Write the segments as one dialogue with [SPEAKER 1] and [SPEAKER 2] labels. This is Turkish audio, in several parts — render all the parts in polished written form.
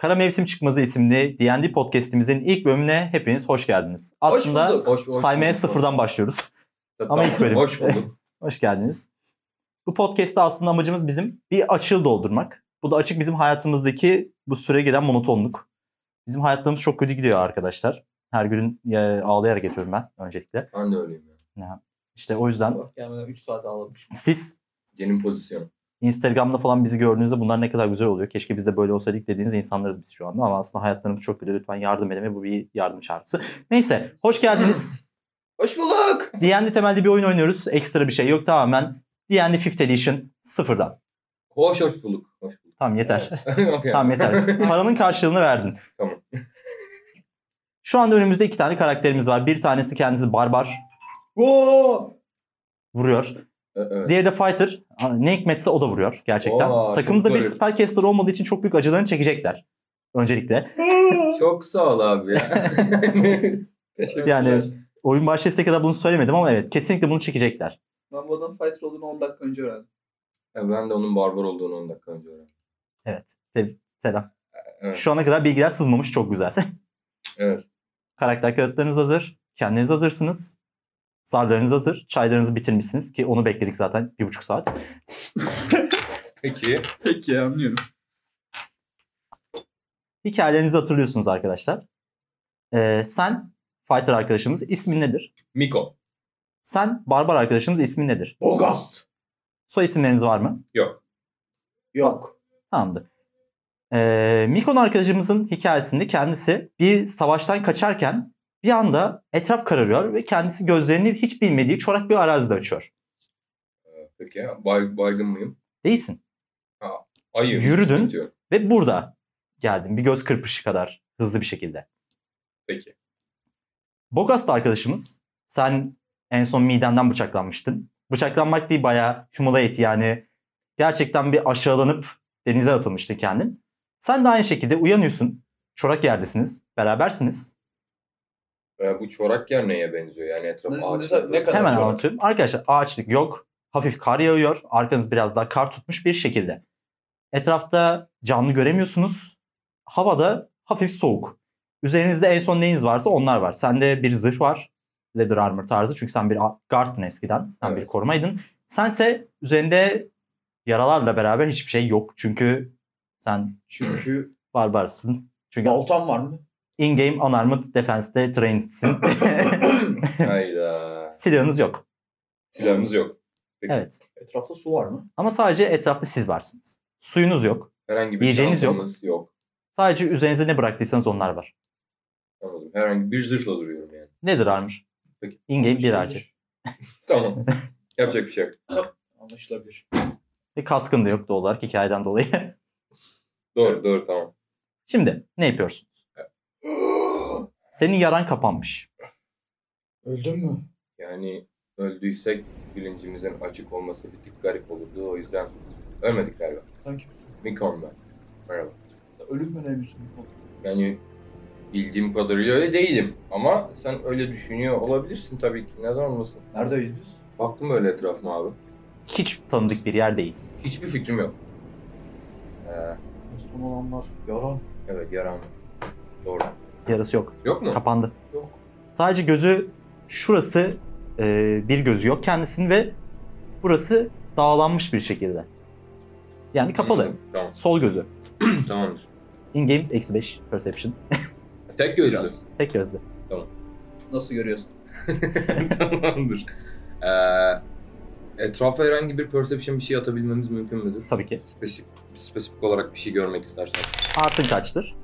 [SPEAKER 1] Kara Mevsim Çıkmazı isimli D&D podcast'imizin ilk bölümüne hepiniz hoş geldiniz. Aslında
[SPEAKER 2] hoş bulduk.
[SPEAKER 1] saymaya sıfırdan başlıyoruz.
[SPEAKER 2] Ama
[SPEAKER 1] ilk bölüm.
[SPEAKER 2] Hoş bulduk.
[SPEAKER 1] Hoş geldiniz. Bu podcast'te aslında amacımız bizim bir açığı doldurmak. Bu da açık bizim hayatımızdaki bu süre gelen monotonluk. Bizim hayatlarımız çok kötü gidiyor arkadaşlar. Her gün ağlayarak geçiyorum ben öncelikle.
[SPEAKER 2] Ben de öyleyim ya.
[SPEAKER 1] Ya, İşte o yüzden
[SPEAKER 3] Gelmeden 3 saat ağlamışım.
[SPEAKER 1] siz
[SPEAKER 2] Benim pozisyonum.
[SPEAKER 1] Instagram'da falan bizi gördüğünüzde bunlar ne kadar güzel oluyor. Keşke biz de böyle olsaydık dediğiniz insanlarız biz şu anda. Ama aslında hayatlarımız çok kötü. Lütfen yardım edin ve bu bir yardım çağrısı. Neyse, hoş geldiniz.
[SPEAKER 3] Hoş bulduk.
[SPEAKER 1] D&D temelli bir oyun oynuyoruz. Ekstra bir şey yok. Tamamen D&D 5th Edition sıfırdan.
[SPEAKER 2] Hoş bulduk. Hoş bulduk.
[SPEAKER 1] Tamam yeter.
[SPEAKER 2] Okay.
[SPEAKER 1] Tamam yeter. Paranın karşılığını verdin.
[SPEAKER 2] Tamam.
[SPEAKER 1] Şu anda önümüzde 2 tane karakterimiz var. Bir tanesi kendisi barbar. Vuruyor.
[SPEAKER 2] Evet.
[SPEAKER 1] Diğeri de fighter. Ne hikmetse o da vuruyor gerçekten.
[SPEAKER 2] Oo,
[SPEAKER 1] Takımımızda
[SPEAKER 2] çok
[SPEAKER 1] bir
[SPEAKER 2] garip.
[SPEAKER 1] spellcaster olmadığı için çok büyük acılarını çekecekler. Öncelikle.
[SPEAKER 2] Çok sağ ol abi ya. Teşekkürler.
[SPEAKER 1] Yani oyun başlasına kadar bunu söylemedim ama evet kesinlikle bunu çekecekler.
[SPEAKER 3] Ben bu adamın fighter olduğunu 10 dakika önce öğrendim.
[SPEAKER 2] Ben de onun barbar olduğunu 10 dakika önce öğrendim.
[SPEAKER 1] Evet. Selam.
[SPEAKER 2] Evet.
[SPEAKER 1] Şu ana kadar bilgiler sızmamış, çok güzel.
[SPEAKER 2] Evet.
[SPEAKER 1] Karakter kağıtlarınız hazır. Kendiniz hazırsınız. Zarlarınız hazır. Çaylarınızı bitirmişsiniz ki onu bekledik zaten 1,5 saat.
[SPEAKER 2] Peki.
[SPEAKER 3] Peki anlıyorum.
[SPEAKER 1] Hikayelerinizi hatırlıyorsunuz arkadaşlar. Sen fighter arkadaşımız ismin nedir?
[SPEAKER 2] Miko.
[SPEAKER 1] Sen barbar arkadaşımız ismin nedir?
[SPEAKER 3] Bogast.
[SPEAKER 1] Soy isimleriniz var mı?
[SPEAKER 2] Yok.
[SPEAKER 3] Yok.
[SPEAKER 1] Tamamdır. Mikon arkadaşımızın hikayesinde kendisi bir savaştan kaçarken bir anda etraf kararıyor ve kendisi gözlerini hiç bilmediği çorak bir arazide açıyor.
[SPEAKER 2] Peki. Baygın mıyım?
[SPEAKER 1] Değilsin.
[SPEAKER 2] Hayır.
[SPEAKER 1] Yürüdün.
[SPEAKER 2] Sıkıntı yok.
[SPEAKER 1] Ve burada geldin bir göz kırpışı kadar hızlı bir şekilde.
[SPEAKER 2] Peki.
[SPEAKER 1] Bogast arkadaşımız, sen en son midenden bıçaklanmıştın. Bıçaklanmak değil, bayağı humiliate, yani gerçekten bir aşağılanıp denize atılmıştın kendin. Sen de aynı şekilde uyanıyorsun. Çorak yerdesiniz. Berabersiniz.
[SPEAKER 2] Bu çorak yer neye benziyor? Yani etraf
[SPEAKER 3] Ne
[SPEAKER 2] ağaçlar.
[SPEAKER 3] kadar
[SPEAKER 1] Hemen
[SPEAKER 3] çorak?
[SPEAKER 1] anlatıyorum. Arkadaşlar ağaçlık yok. Hafif kar yağıyor. Arkanız biraz daha kar tutmuş bir şekilde. Etrafta canlı göremiyorsunuz. Havada hafif soğuk. Üzerinizde en son neyiniz varsa onlar var. Sende bir zırh var. Leather armor tarzı. Çünkü sen bir guard'tın eskiden. Sen
[SPEAKER 2] Evet.
[SPEAKER 1] bir korumaydın. Sense üzerinde yaralarla beraber hiçbir şey yok. Çünkü sen
[SPEAKER 3] Çünkü
[SPEAKER 1] barbarsın. Çünkü
[SPEAKER 3] baltam var mı?
[SPEAKER 1] in-game unarmed defense'de trained'sin.
[SPEAKER 2] Hayda.
[SPEAKER 1] Silahınız yok.
[SPEAKER 2] Silahımız yok. Peki.
[SPEAKER 1] Evet.
[SPEAKER 3] Etrafta su var mı?
[SPEAKER 1] Ama sadece etrafta siz varsınız. Suyunuz yok.
[SPEAKER 2] Herhangi bir
[SPEAKER 1] Yiyeceğiniz yok.
[SPEAKER 2] çantamız yok.
[SPEAKER 1] Sadece üzerinize ne bıraktıysanız onlar var.
[SPEAKER 2] Anladım. Herhangi bir zırhla duruyorum yani.
[SPEAKER 1] Nedir armor?
[SPEAKER 2] Peki.
[SPEAKER 1] In-game bir harcı.
[SPEAKER 2] Tamam. Yapacak bir şey yok.
[SPEAKER 3] Anlaşılabilir.
[SPEAKER 1] Ve kaskın da yok doğal olarak hikayeden dolayı.
[SPEAKER 2] Doğru tamam.
[SPEAKER 1] Şimdi ne yapıyorsunuz? Senin yaran kapanmış.
[SPEAKER 3] Öldün mü?
[SPEAKER 2] Yani öldüysek bilincimizin açık olması bir tık garip olurdu. O yüzden ölmedik galiba.
[SPEAKER 3] Sanki
[SPEAKER 2] Mikon ben. Merhaba.
[SPEAKER 3] ölünmeden misin?
[SPEAKER 2] Yani bildiğim kadarıyla öyle değilim. Ama sen öyle düşünüyor olabilirsin tabii ki. Neden olmasın?
[SPEAKER 3] Neredeydiniz?
[SPEAKER 2] Baktım öyle etrafıma abi.
[SPEAKER 1] Hiç tanıdık bir yer değil.
[SPEAKER 2] Hiçbir fikrim yok.
[SPEAKER 3] Son olanlar yaran.
[SPEAKER 2] Evet yaram. Doğru.
[SPEAKER 1] Yarısı yok.
[SPEAKER 2] Yok mu?
[SPEAKER 1] Kapandı.
[SPEAKER 3] Yok.
[SPEAKER 1] Sadece gözü şurası, bir gözü yok kendisinin ve burası dağlanmış bir şekilde. Yani kapalı.
[SPEAKER 2] Tamam.
[SPEAKER 1] Sol gözü.
[SPEAKER 2] Tamamdır.
[SPEAKER 1] In-game -5 perception.
[SPEAKER 2] Tek gözlü.
[SPEAKER 3] Biraz.
[SPEAKER 1] Tek gözlü.
[SPEAKER 3] Nasıl görüyorsun?
[SPEAKER 2] Tamamdır. Etrafa herhangi bir perception bir şey atabilmemiz mümkün müdür?
[SPEAKER 1] Tabii ki.
[SPEAKER 2] Spesifik olarak bir şey görmek istersen.
[SPEAKER 1] Artın kaçtır?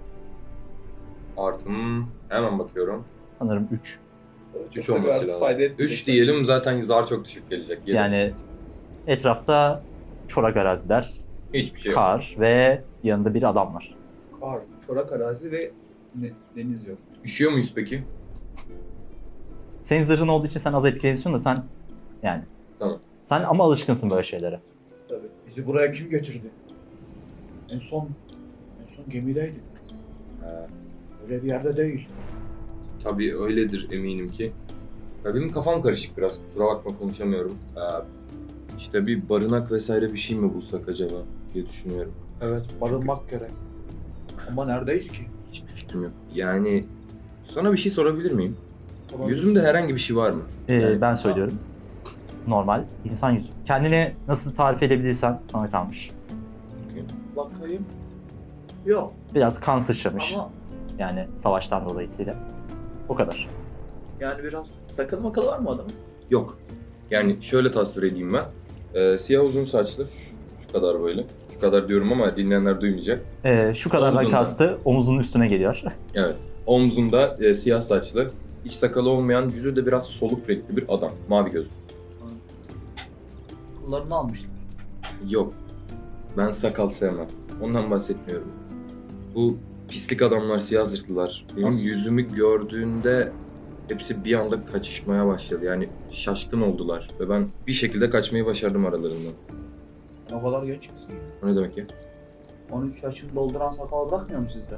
[SPEAKER 2] Artım hemen bakıyorum.
[SPEAKER 1] Sanırım 3.
[SPEAKER 2] 3 olması lazım. 3 diyelim zaten zar çok düşük gelecek. Yedi.
[SPEAKER 1] Yani etrafta çorak araziler,
[SPEAKER 2] Hiçbir şey yok.
[SPEAKER 1] kar ve yanında bir adam var.
[SPEAKER 3] Kar, çorak arazi ve deniz yok.
[SPEAKER 2] Üşüyor muyuz peki?
[SPEAKER 1] Senin zırhın olduğu için sen az etkileniyorsun da sen yani.
[SPEAKER 2] Tamam.
[SPEAKER 1] Sen ama alışkınsın böyle şeylere.
[SPEAKER 3] Tabii. Bizi buraya kim götürdü? En son gemideydik. Öyle bir yerde değil.
[SPEAKER 2] Tabii öyledir eminim ki. Ya benim kafam karışık biraz. Kusura bakma konuşamıyorum. İşte bir barınak vesaire bir şey mi bulsak acaba diye düşünüyorum.
[SPEAKER 3] Evet, barınmak gerek. Ama neredeyiz ki?
[SPEAKER 2] Hiçbir fikrim yok. Yani sana bir şey sorabilir miyim?
[SPEAKER 3] Tamam.
[SPEAKER 2] Yüzümde herhangi bir şey var mı? Yani-
[SPEAKER 1] Ben söylüyorum. Normal insan yüzü. Kendini nasıl tarif edebilirsen sana kalmış.
[SPEAKER 3] Bakayım. Yok
[SPEAKER 1] Biraz kan sıçramış.
[SPEAKER 3] ama
[SPEAKER 1] Yani savaştan dolayısıyla. O kadar.
[SPEAKER 3] yani biraz sakal makalı var mı adamın?
[SPEAKER 2] Yok. Yani şöyle tasvir edeyim ben. Siyah uzun saçlı. Şu kadar böyle. Şu kadar diyorum ama dinleyenler duymayacak.
[SPEAKER 1] Şu kadardan
[SPEAKER 2] Omzunda.
[SPEAKER 1] kastı omuzun üstüne geliyor.
[SPEAKER 2] Evet. Omzunda siyah saçlı. Hiç sakalı olmayan, yüzü de biraz soluk renkli bir adam. Mavi gözlü.
[SPEAKER 3] Kullarını almışlar.
[SPEAKER 2] Yok. Ben sakal sevmem. Ondan bahsetmiyorum. Bu pislik adamlar, siyah zırhlılar. Benim
[SPEAKER 3] Nasıl?
[SPEAKER 2] yüzümü gördüğünde hepsi bir anda kaçışmaya başladı. Yani şaşkın oldular. Ve ben bir şekilde kaçmayı başardım aralarından.
[SPEAKER 3] O kadar genç misin?
[SPEAKER 2] O ne demek ya?
[SPEAKER 3] 13 yaşını dolduran sakal bırakmıyor mu sizde?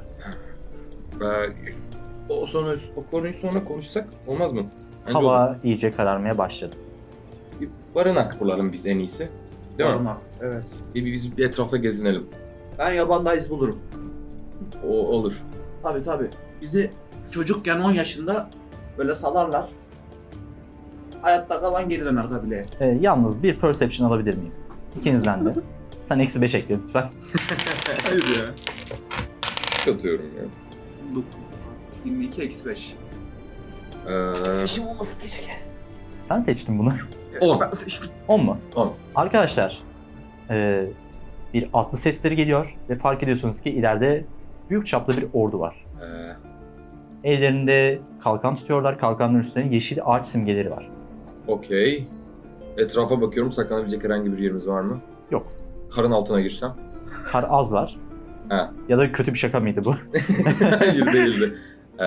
[SPEAKER 2] O konuyu sonra konuşsak olmaz mı? Bence
[SPEAKER 1] Hava
[SPEAKER 2] olur.
[SPEAKER 1] iyice kararmaya başladı.
[SPEAKER 2] Bir barınak bulalım biz en iyisi. Değil mi?
[SPEAKER 3] Barınak, evet.
[SPEAKER 2] Biz bir etrafta gezinelim.
[SPEAKER 3] Ben yabanda iz bulurum.
[SPEAKER 2] O olur.
[SPEAKER 3] Tabii. Bizi çocukken 10 yaşında böyle salarlar. Hayatta kalan geri döner kabileye.
[SPEAKER 1] Yalnız bir perception alabilir miyim? İkinizden de. Sen -5 ekle lütfen.
[SPEAKER 3] Hayır ya.
[SPEAKER 2] Atıyorum ya.
[SPEAKER 3] 22 eksi 5. Olması keşke.
[SPEAKER 1] Sen seçtin bunu.
[SPEAKER 2] 10.
[SPEAKER 3] Ben seçtim.
[SPEAKER 1] 10 mu?
[SPEAKER 2] 10.
[SPEAKER 1] Arkadaşlar bir atlı sesleri geliyor ve fark ediyorsunuz ki ileride büyük çaplı bir ordu var. Ellerinde kalkan tutuyorlar. Kalkanların üstünde yeşil ağaç simgeleri var.
[SPEAKER 2] Okey. Etrafa bakıyorum. Saklanabilecek herhangi bir yerimiz var mı?
[SPEAKER 1] Yok.
[SPEAKER 2] Karın altına girsem?
[SPEAKER 1] Kar az var.
[SPEAKER 2] Ha.
[SPEAKER 1] Ya da kötü bir şaka mıydı bu?
[SPEAKER 2] Hayır değildi.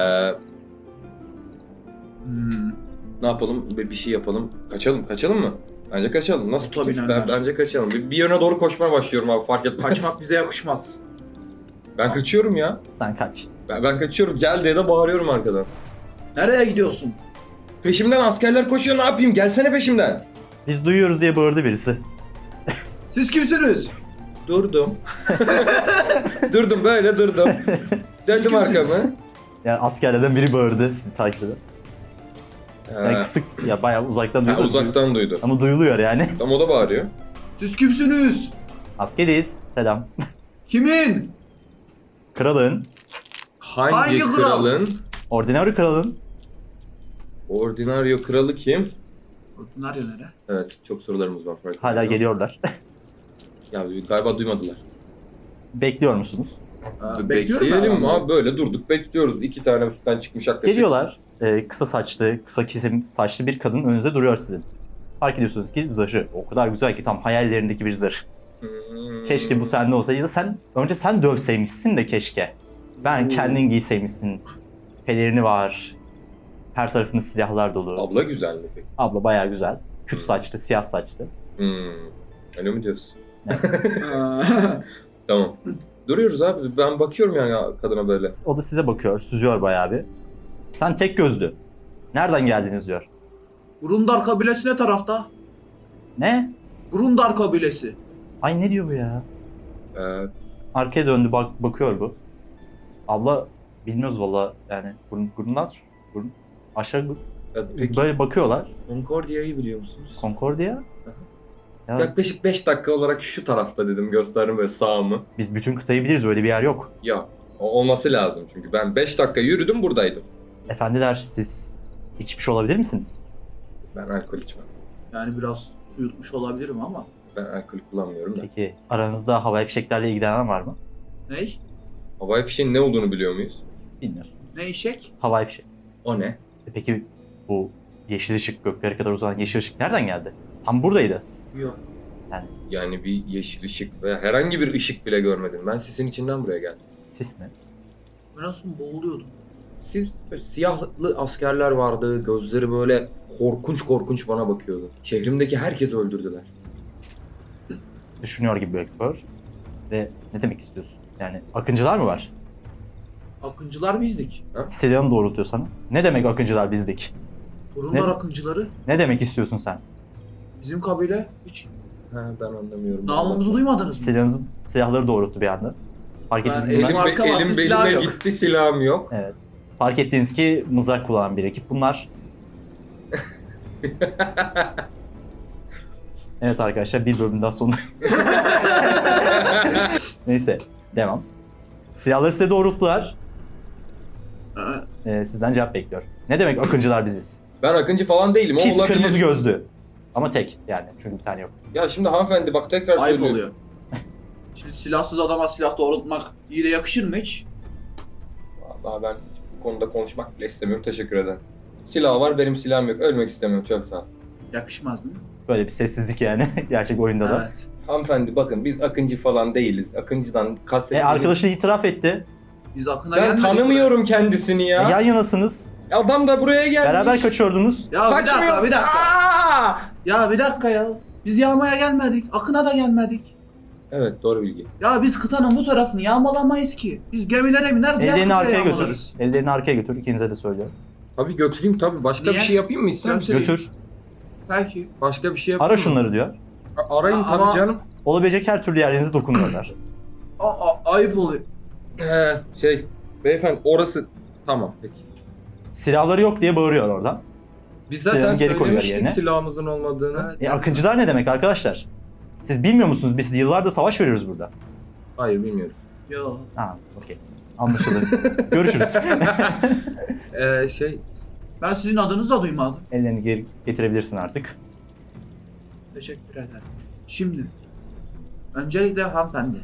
[SPEAKER 3] Hmm.
[SPEAKER 2] Ne yapalım? Bir şey yapalım. Kaçalım mı? Bence kaçalım. Nasıl
[SPEAKER 3] Tabii
[SPEAKER 2] tutar?
[SPEAKER 3] neler.
[SPEAKER 2] Bence kaçalım. Bir yöne doğru koşmaya başlıyorum abi, fark etmez.
[SPEAKER 3] Kaçmak bize yakışmaz.
[SPEAKER 2] Ben kaçıyorum ya.
[SPEAKER 1] Sen kaç.
[SPEAKER 2] Ben kaçıyorum. Gel diye de bağırıyorum arkadan.
[SPEAKER 3] Nereye gidiyorsun?
[SPEAKER 2] Peşimden askerler koşuyor, ne yapayım? Gelsene peşimden.
[SPEAKER 1] Biz duyuyoruz diye bağırdı birisi.
[SPEAKER 3] Siz kimsiniz?
[SPEAKER 2] Durdum. Durdum, böyle durdum. Döndüm arkamı.
[SPEAKER 1] Yani askerlerden biri bağırdı sizi takip eden. Yani kısık ya bayağı uzaktan duyuyoruz.
[SPEAKER 2] Uzaktan duydu.
[SPEAKER 1] Ama duyuluyor yani.
[SPEAKER 2] Tam o da bağırıyor.
[SPEAKER 3] Siz kimsiniz?
[SPEAKER 1] Askeriyiz. Selam.
[SPEAKER 3] Kimin?
[SPEAKER 1] Kralın.
[SPEAKER 2] Hangi
[SPEAKER 3] kral?
[SPEAKER 2] kralın?
[SPEAKER 1] Ordinary kralın.
[SPEAKER 2] Ordinaryo kralı kim?
[SPEAKER 3] Ordinaryo nere?
[SPEAKER 2] Evet, çok sorularımız var. fark
[SPEAKER 1] Hala
[SPEAKER 2] ettim.
[SPEAKER 1] geliyorlar.
[SPEAKER 2] Ya galiba duymadılar.
[SPEAKER 1] Bekliyor musunuz?
[SPEAKER 2] Bekleyelim abi, böyle durduk bekliyoruz. 2 tane üstten çıkmış yaklaşık.
[SPEAKER 1] Geliyorlar. Kısa saçlı, kısa kesim saçlı bir kadın önünüze duruyor sizin. Fark ediyorsunuz ki zırhı o kadar güzel ki tam hayallerindeki bir zırh. Keşke bu sende olsaydı. Ya da sen dövseymişsin de keşke. Ben kendin giyseymişsin. Pelerini var. Her tarafında silahlar dolu.
[SPEAKER 2] Abla güzel mi peki?
[SPEAKER 1] Abla bayağı güzel. Küt saçlı, siyah saçlı.
[SPEAKER 2] Öyle mi diyorsun? Tamam. Duruyoruz abi. Ben bakıyorum yani kadına böyle.
[SPEAKER 1] O da size bakıyor, süzüyor bayağı bir. Sen tek gözlü. Nereden geldiniz diyor.
[SPEAKER 3] Grundar kabilesi ne tarafta?
[SPEAKER 1] Ne?
[SPEAKER 3] Grundar kabilesi.
[SPEAKER 1] Ay ne diyor bu ya?
[SPEAKER 2] Ee,
[SPEAKER 1] Arkaya döndü bakıyor bu. Abla bilmiyoruz valla yani. Burunlar. Aşağı
[SPEAKER 2] peki
[SPEAKER 1] böyle bakıyorlar.
[SPEAKER 2] Concordia'yı biliyor musunuz?
[SPEAKER 1] Concordia. Ya,
[SPEAKER 2] Yaklaşık 5 dakika olarak şu tarafta dedim, gösterdim böyle sağımı.
[SPEAKER 1] biz bütün kıtayı biliriz, öyle bir yer yok.
[SPEAKER 2] Ya o olması lazım çünkü ben 5 dakika yürüdüm, buradaydım.
[SPEAKER 1] Efendiler siz içmiş olabilir misiniz?
[SPEAKER 2] Ben alkol içmem.
[SPEAKER 3] Yani biraz uyutmuş olabilirim ama.
[SPEAKER 2] Ben alkol kullanmıyorum da.
[SPEAKER 1] Peki aranızda havai fişeklerle ilgilenen var mı?
[SPEAKER 3] Ne?
[SPEAKER 2] Havai fişeğin ne olduğunu biliyor muyuz?
[SPEAKER 1] Bilmiyorum.
[SPEAKER 3] Ne eşek?
[SPEAKER 1] Havai fişek.
[SPEAKER 2] O ne?
[SPEAKER 1] Peki bu yeşil ışık, göklere kadar uzanan yeşil ışık nereden geldi? Tam buradaydı.
[SPEAKER 3] Yok.
[SPEAKER 2] Yani bir yeşil ışık veya herhangi bir ışık bile görmedim. Ben sisin içinden buraya geldim.
[SPEAKER 1] Sis mi?
[SPEAKER 3] Ben aslında boğuluyordum.
[SPEAKER 2] Siz böyle siyahlı askerler vardı. Gözleri böyle korkunç bana bakıyordu. Şehrimdeki herkesi öldürdüler.
[SPEAKER 1] Düşünüyor gibi bakıyor. Ve ne demek istiyorsun? Yani akıncılar mı var?
[SPEAKER 3] Akıncılar bizdik.
[SPEAKER 1] Stelyon'u doğrultuyor sana. Ne demek akıncılar bizdik?
[SPEAKER 3] Grundar
[SPEAKER 1] Ne?
[SPEAKER 3] akıncıları.
[SPEAKER 1] Ne demek istiyorsun sen?
[SPEAKER 3] Bizim kabile hiç
[SPEAKER 2] Ha, ben anlamıyorum.
[SPEAKER 3] namımızı duymadınız mı?
[SPEAKER 1] Stelyon'un silahları doğrulttu bir anda. Fark
[SPEAKER 4] Ben
[SPEAKER 1] ettiğiniz
[SPEAKER 4] elim-
[SPEAKER 1] bunlar.
[SPEAKER 4] Marka vakti silah
[SPEAKER 2] belime
[SPEAKER 4] yok.
[SPEAKER 2] gitti, silahım yok.
[SPEAKER 1] Evet. Fark ettiğiniz ki mızrak kullanan bir ekip bunlar. Evet arkadaşlar, bir bölüm daha sonunda. Neyse, devam. Silahları size doğrulttular. Sizden cevap bekliyor. Ne demek akıncılar biziz?
[SPEAKER 2] Ben akıncı falan değilim. O
[SPEAKER 1] Pis
[SPEAKER 2] olabilir.
[SPEAKER 1] kırmızı gözlü. Ama tek yani, çünkü bir tane yok.
[SPEAKER 2] Ya şimdi hanımefendi bak tekrar
[SPEAKER 4] Ayıp
[SPEAKER 2] söylüyorum.
[SPEAKER 4] oluyor. Şimdi silahsız adama silah doğrultmak iyi de yakışır mı hiç?
[SPEAKER 2] Vallahi ben bu konuda konuşmak bile istemiyorum. Teşekkür ederim. Silah var, benim silahım yok. Ölmek istemiyorum. Çok sağ ol.
[SPEAKER 4] Yakışmaz değil mi?
[SPEAKER 1] Böyle bir sessizlik yani gerçek oyunda da.
[SPEAKER 4] Evet.
[SPEAKER 2] Hanımefendi bakın biz akıncı falan değiliz. Akıncıdan kastettiğimiz...
[SPEAKER 1] Arkadaşı itiraf etti.
[SPEAKER 4] Biz akına
[SPEAKER 2] Ben
[SPEAKER 4] gelmedik
[SPEAKER 2] tanımıyorum kendisini ya.
[SPEAKER 1] Yan yanasınız.
[SPEAKER 2] Adam da buraya gelmiş.
[SPEAKER 1] Beraber kaçıyordunuz.
[SPEAKER 4] buraya. Ya
[SPEAKER 2] Kaçmıyor.
[SPEAKER 4] bir dakika.
[SPEAKER 2] Aa!
[SPEAKER 4] Ya bir dakika ya. Biz yağmaya gelmedik. Akına da gelmedik.
[SPEAKER 2] Evet doğru bilgi.
[SPEAKER 4] Ya biz kıtanın bu tarafını yağmalamayız ki. Biz gemilere biner diğer
[SPEAKER 1] Ellerini
[SPEAKER 4] kıtaya
[SPEAKER 1] arkaya götür.
[SPEAKER 4] yağmalarız.
[SPEAKER 1] Ellerini arkaya götür. İkinize de söylüyorum.
[SPEAKER 2] Tabii götüreyim tabii. Başka
[SPEAKER 4] Niye?
[SPEAKER 2] bir şey yapayım mı ister misin?
[SPEAKER 1] Götür.
[SPEAKER 4] Belki.
[SPEAKER 2] Başka bir şey yapayım
[SPEAKER 1] Ara
[SPEAKER 2] mı?
[SPEAKER 1] şunları diyor.
[SPEAKER 2] Arayın
[SPEAKER 4] Ama-
[SPEAKER 2] tabii canım.
[SPEAKER 1] Olabilecek her türlü yerinize dokunuyorlar.
[SPEAKER 4] Ayıp oluyor.
[SPEAKER 2] Beyefendi orası... Tamam peki.
[SPEAKER 1] Silahları yok diye bağırıyor oradan.
[SPEAKER 2] Biz zaten
[SPEAKER 1] Silahını geri koyuyor
[SPEAKER 2] söylemiştik
[SPEAKER 1] yerine.
[SPEAKER 2] silahımızın olmadığını.
[SPEAKER 4] Evet.
[SPEAKER 1] Akıncılar ne demek arkadaşlar? Siz bilmiyor musunuz? Biz yıllardır savaş veriyoruz burada.
[SPEAKER 2] Hayır bilmiyorum.
[SPEAKER 4] Yo.
[SPEAKER 1] Ha, okey. Anlaşıldı. Görüşürüz.
[SPEAKER 4] Ben sizin adınızı da duymadım.
[SPEAKER 1] Ellerini geri getirebilirsin artık.
[SPEAKER 4] Teşekkür ederim. Şimdi. Öncelikle hanımefendi.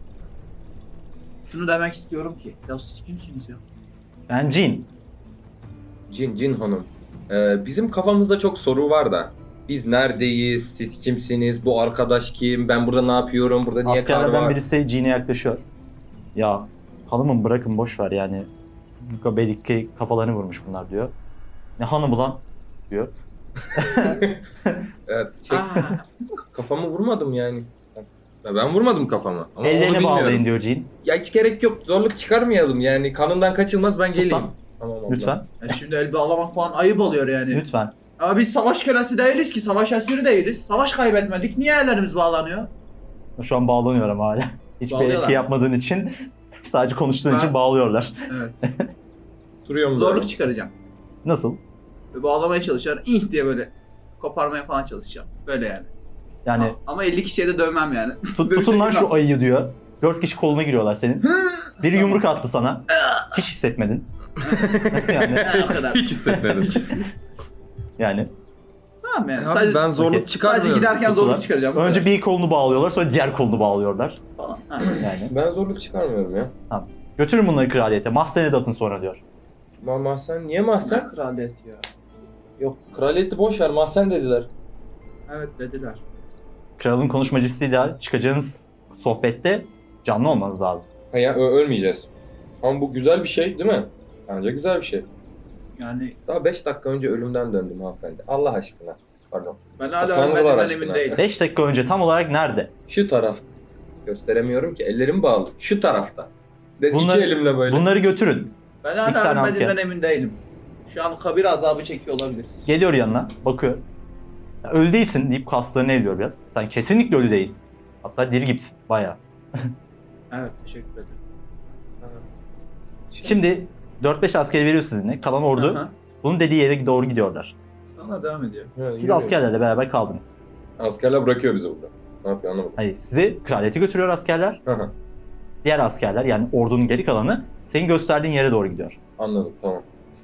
[SPEAKER 4] Şunu demek istiyorum ki. Ya siz kimsiniz ya?
[SPEAKER 1] Ben Jean.
[SPEAKER 2] Cin hanım. Bizim kafamızda çok soru var da. Biz neredeyiz? Siz kimsiniz? Bu arkadaş kim? Ben burada ne yapıyorum? Burada niye kar
[SPEAKER 1] Askerlerden
[SPEAKER 2] var?
[SPEAKER 1] birisi Jean'e yaklaşıyor. Ya hanımım bırakın boş ver yani. Belki kafalarını vurmuş bunlar diyor. Ne hanımı lan? Diyor.
[SPEAKER 2] Evet,
[SPEAKER 4] Aa,
[SPEAKER 2] kafamı vurmadım yani. Ben vurmadım kafamı. Ama onu
[SPEAKER 1] Ellerini
[SPEAKER 2] bilmiyorum.
[SPEAKER 1] bağlayın diyor Jean.
[SPEAKER 2] Ya hiç gerek yok. Zorluk çıkarmayalım yani. Kanından kaçılmaz ben
[SPEAKER 1] Sus
[SPEAKER 2] geleyim.
[SPEAKER 1] lan.
[SPEAKER 2] Tamam abla.
[SPEAKER 1] Lütfen.
[SPEAKER 4] şimdi el bağlamak falan ayıp oluyor yani.
[SPEAKER 1] Lütfen.
[SPEAKER 4] Ama biz savaş kölesi değiliz ki. Savaş esiri değiliz. Savaş kaybetmedik. Niye ellerimiz bağlanıyor?
[SPEAKER 1] Şu an bağlanıyorum hala. Hiçbir
[SPEAKER 4] Bağlıyorlar
[SPEAKER 1] etki
[SPEAKER 4] mı?
[SPEAKER 1] yapmadığın için, sadece konuştuğun
[SPEAKER 4] Ben-
[SPEAKER 1] için bağlıyorlar.
[SPEAKER 4] Evet.
[SPEAKER 2] Duruyorum
[SPEAKER 4] Zorluk çıkaracağım.
[SPEAKER 1] Nasıl?
[SPEAKER 4] Ve bağlamaya çalışıyorum. İh diye böyle koparmaya falan çalışacağım. Böyle yani.
[SPEAKER 1] Yani
[SPEAKER 4] Ama 50 kişiye de dövmem yani.
[SPEAKER 1] tutun lan
[SPEAKER 4] Dövüşe
[SPEAKER 1] şu ayıyı diyor. 4 kişi koluna giriyorlar senin. Biri yumruk attı sana. Hiç hissetmedin. yani,
[SPEAKER 4] O kadar.
[SPEAKER 2] Hiç hissetmedim.
[SPEAKER 1] yani.
[SPEAKER 4] Tamam yani.
[SPEAKER 2] Abi
[SPEAKER 4] Sadece,
[SPEAKER 2] ben zorluk
[SPEAKER 1] Okey.
[SPEAKER 2] çıkarmıyorum.
[SPEAKER 4] sadece giderken
[SPEAKER 1] Tutular.
[SPEAKER 4] zorluk çıkaracağım.
[SPEAKER 1] Önce bir kolunu bağlıyorlar, sonra diğer kolunu bağlıyorlar.
[SPEAKER 4] falan. Ha.
[SPEAKER 1] Yani.
[SPEAKER 2] Ben zorluk çıkarmıyorum ya.
[SPEAKER 1] Götürün bunları kraliyete. Mahzene de atın sonra diyor.
[SPEAKER 2] Mahzen niye mahzen?
[SPEAKER 4] Sen kraliyet ya.
[SPEAKER 2] Yok kraliyeti boş ver mahzen dediler.
[SPEAKER 4] Evet dediler.
[SPEAKER 1] Kralın konuşmacısıyla çıkacağınız sohbette canlı olmanız lazım.
[SPEAKER 2] Ha ya ölmeyeceğiz. Ama bu güzel bir şey değil mi? Bence güzel bir şey.
[SPEAKER 4] Yani
[SPEAKER 2] Daha 5 dakika önce ölümden döndüm hanımefendi. Allah aşkına. Pardon.
[SPEAKER 4] ben hala
[SPEAKER 2] Tanrılar
[SPEAKER 4] ölmediğimden
[SPEAKER 2] aşkına.
[SPEAKER 4] emin değilim.
[SPEAKER 1] 5 dakika önce tam olarak nerede?
[SPEAKER 2] Şu taraf. Gösteremiyorum ki ellerim bağlı. Şu tarafta.
[SPEAKER 1] Bunları-
[SPEAKER 2] İki elimle böyle.
[SPEAKER 1] Bunları götürün.
[SPEAKER 4] Ben
[SPEAKER 1] İki
[SPEAKER 4] hala
[SPEAKER 1] tane
[SPEAKER 4] ölmediğimden
[SPEAKER 1] asker.
[SPEAKER 4] emin değilim. Şu an kabir azabı çekiyor olabiliriz.
[SPEAKER 1] Geliyor yanına, bakıyor. Sen ölü değilsin deyip kaslarını eliyor biraz. Sen kesinlikle ölü değilsin. Hatta diri gibisin bayağı.
[SPEAKER 4] Evet teşekkür ederim.
[SPEAKER 1] Şimdi 4-5 asker veriyor sizinle. Kalan ordu
[SPEAKER 4] Aha.
[SPEAKER 1] bunun dediği yere doğru gidiyorlar.
[SPEAKER 4] Sonra devam ediyor.
[SPEAKER 2] Ha,
[SPEAKER 1] Siz
[SPEAKER 2] yürüyor.
[SPEAKER 1] askerlerle beraber kaldınız.
[SPEAKER 2] Askerler bırakıyor bizi burada. Ne yapıyor anlamadım.
[SPEAKER 1] Hayır, sizi kraliyete götürüyor askerler.
[SPEAKER 2] Hı hı.
[SPEAKER 1] Diğer askerler yani ordunun geri kalanı senin gösterdiğin yere doğru gidiyor.
[SPEAKER 2] Anladım tamam.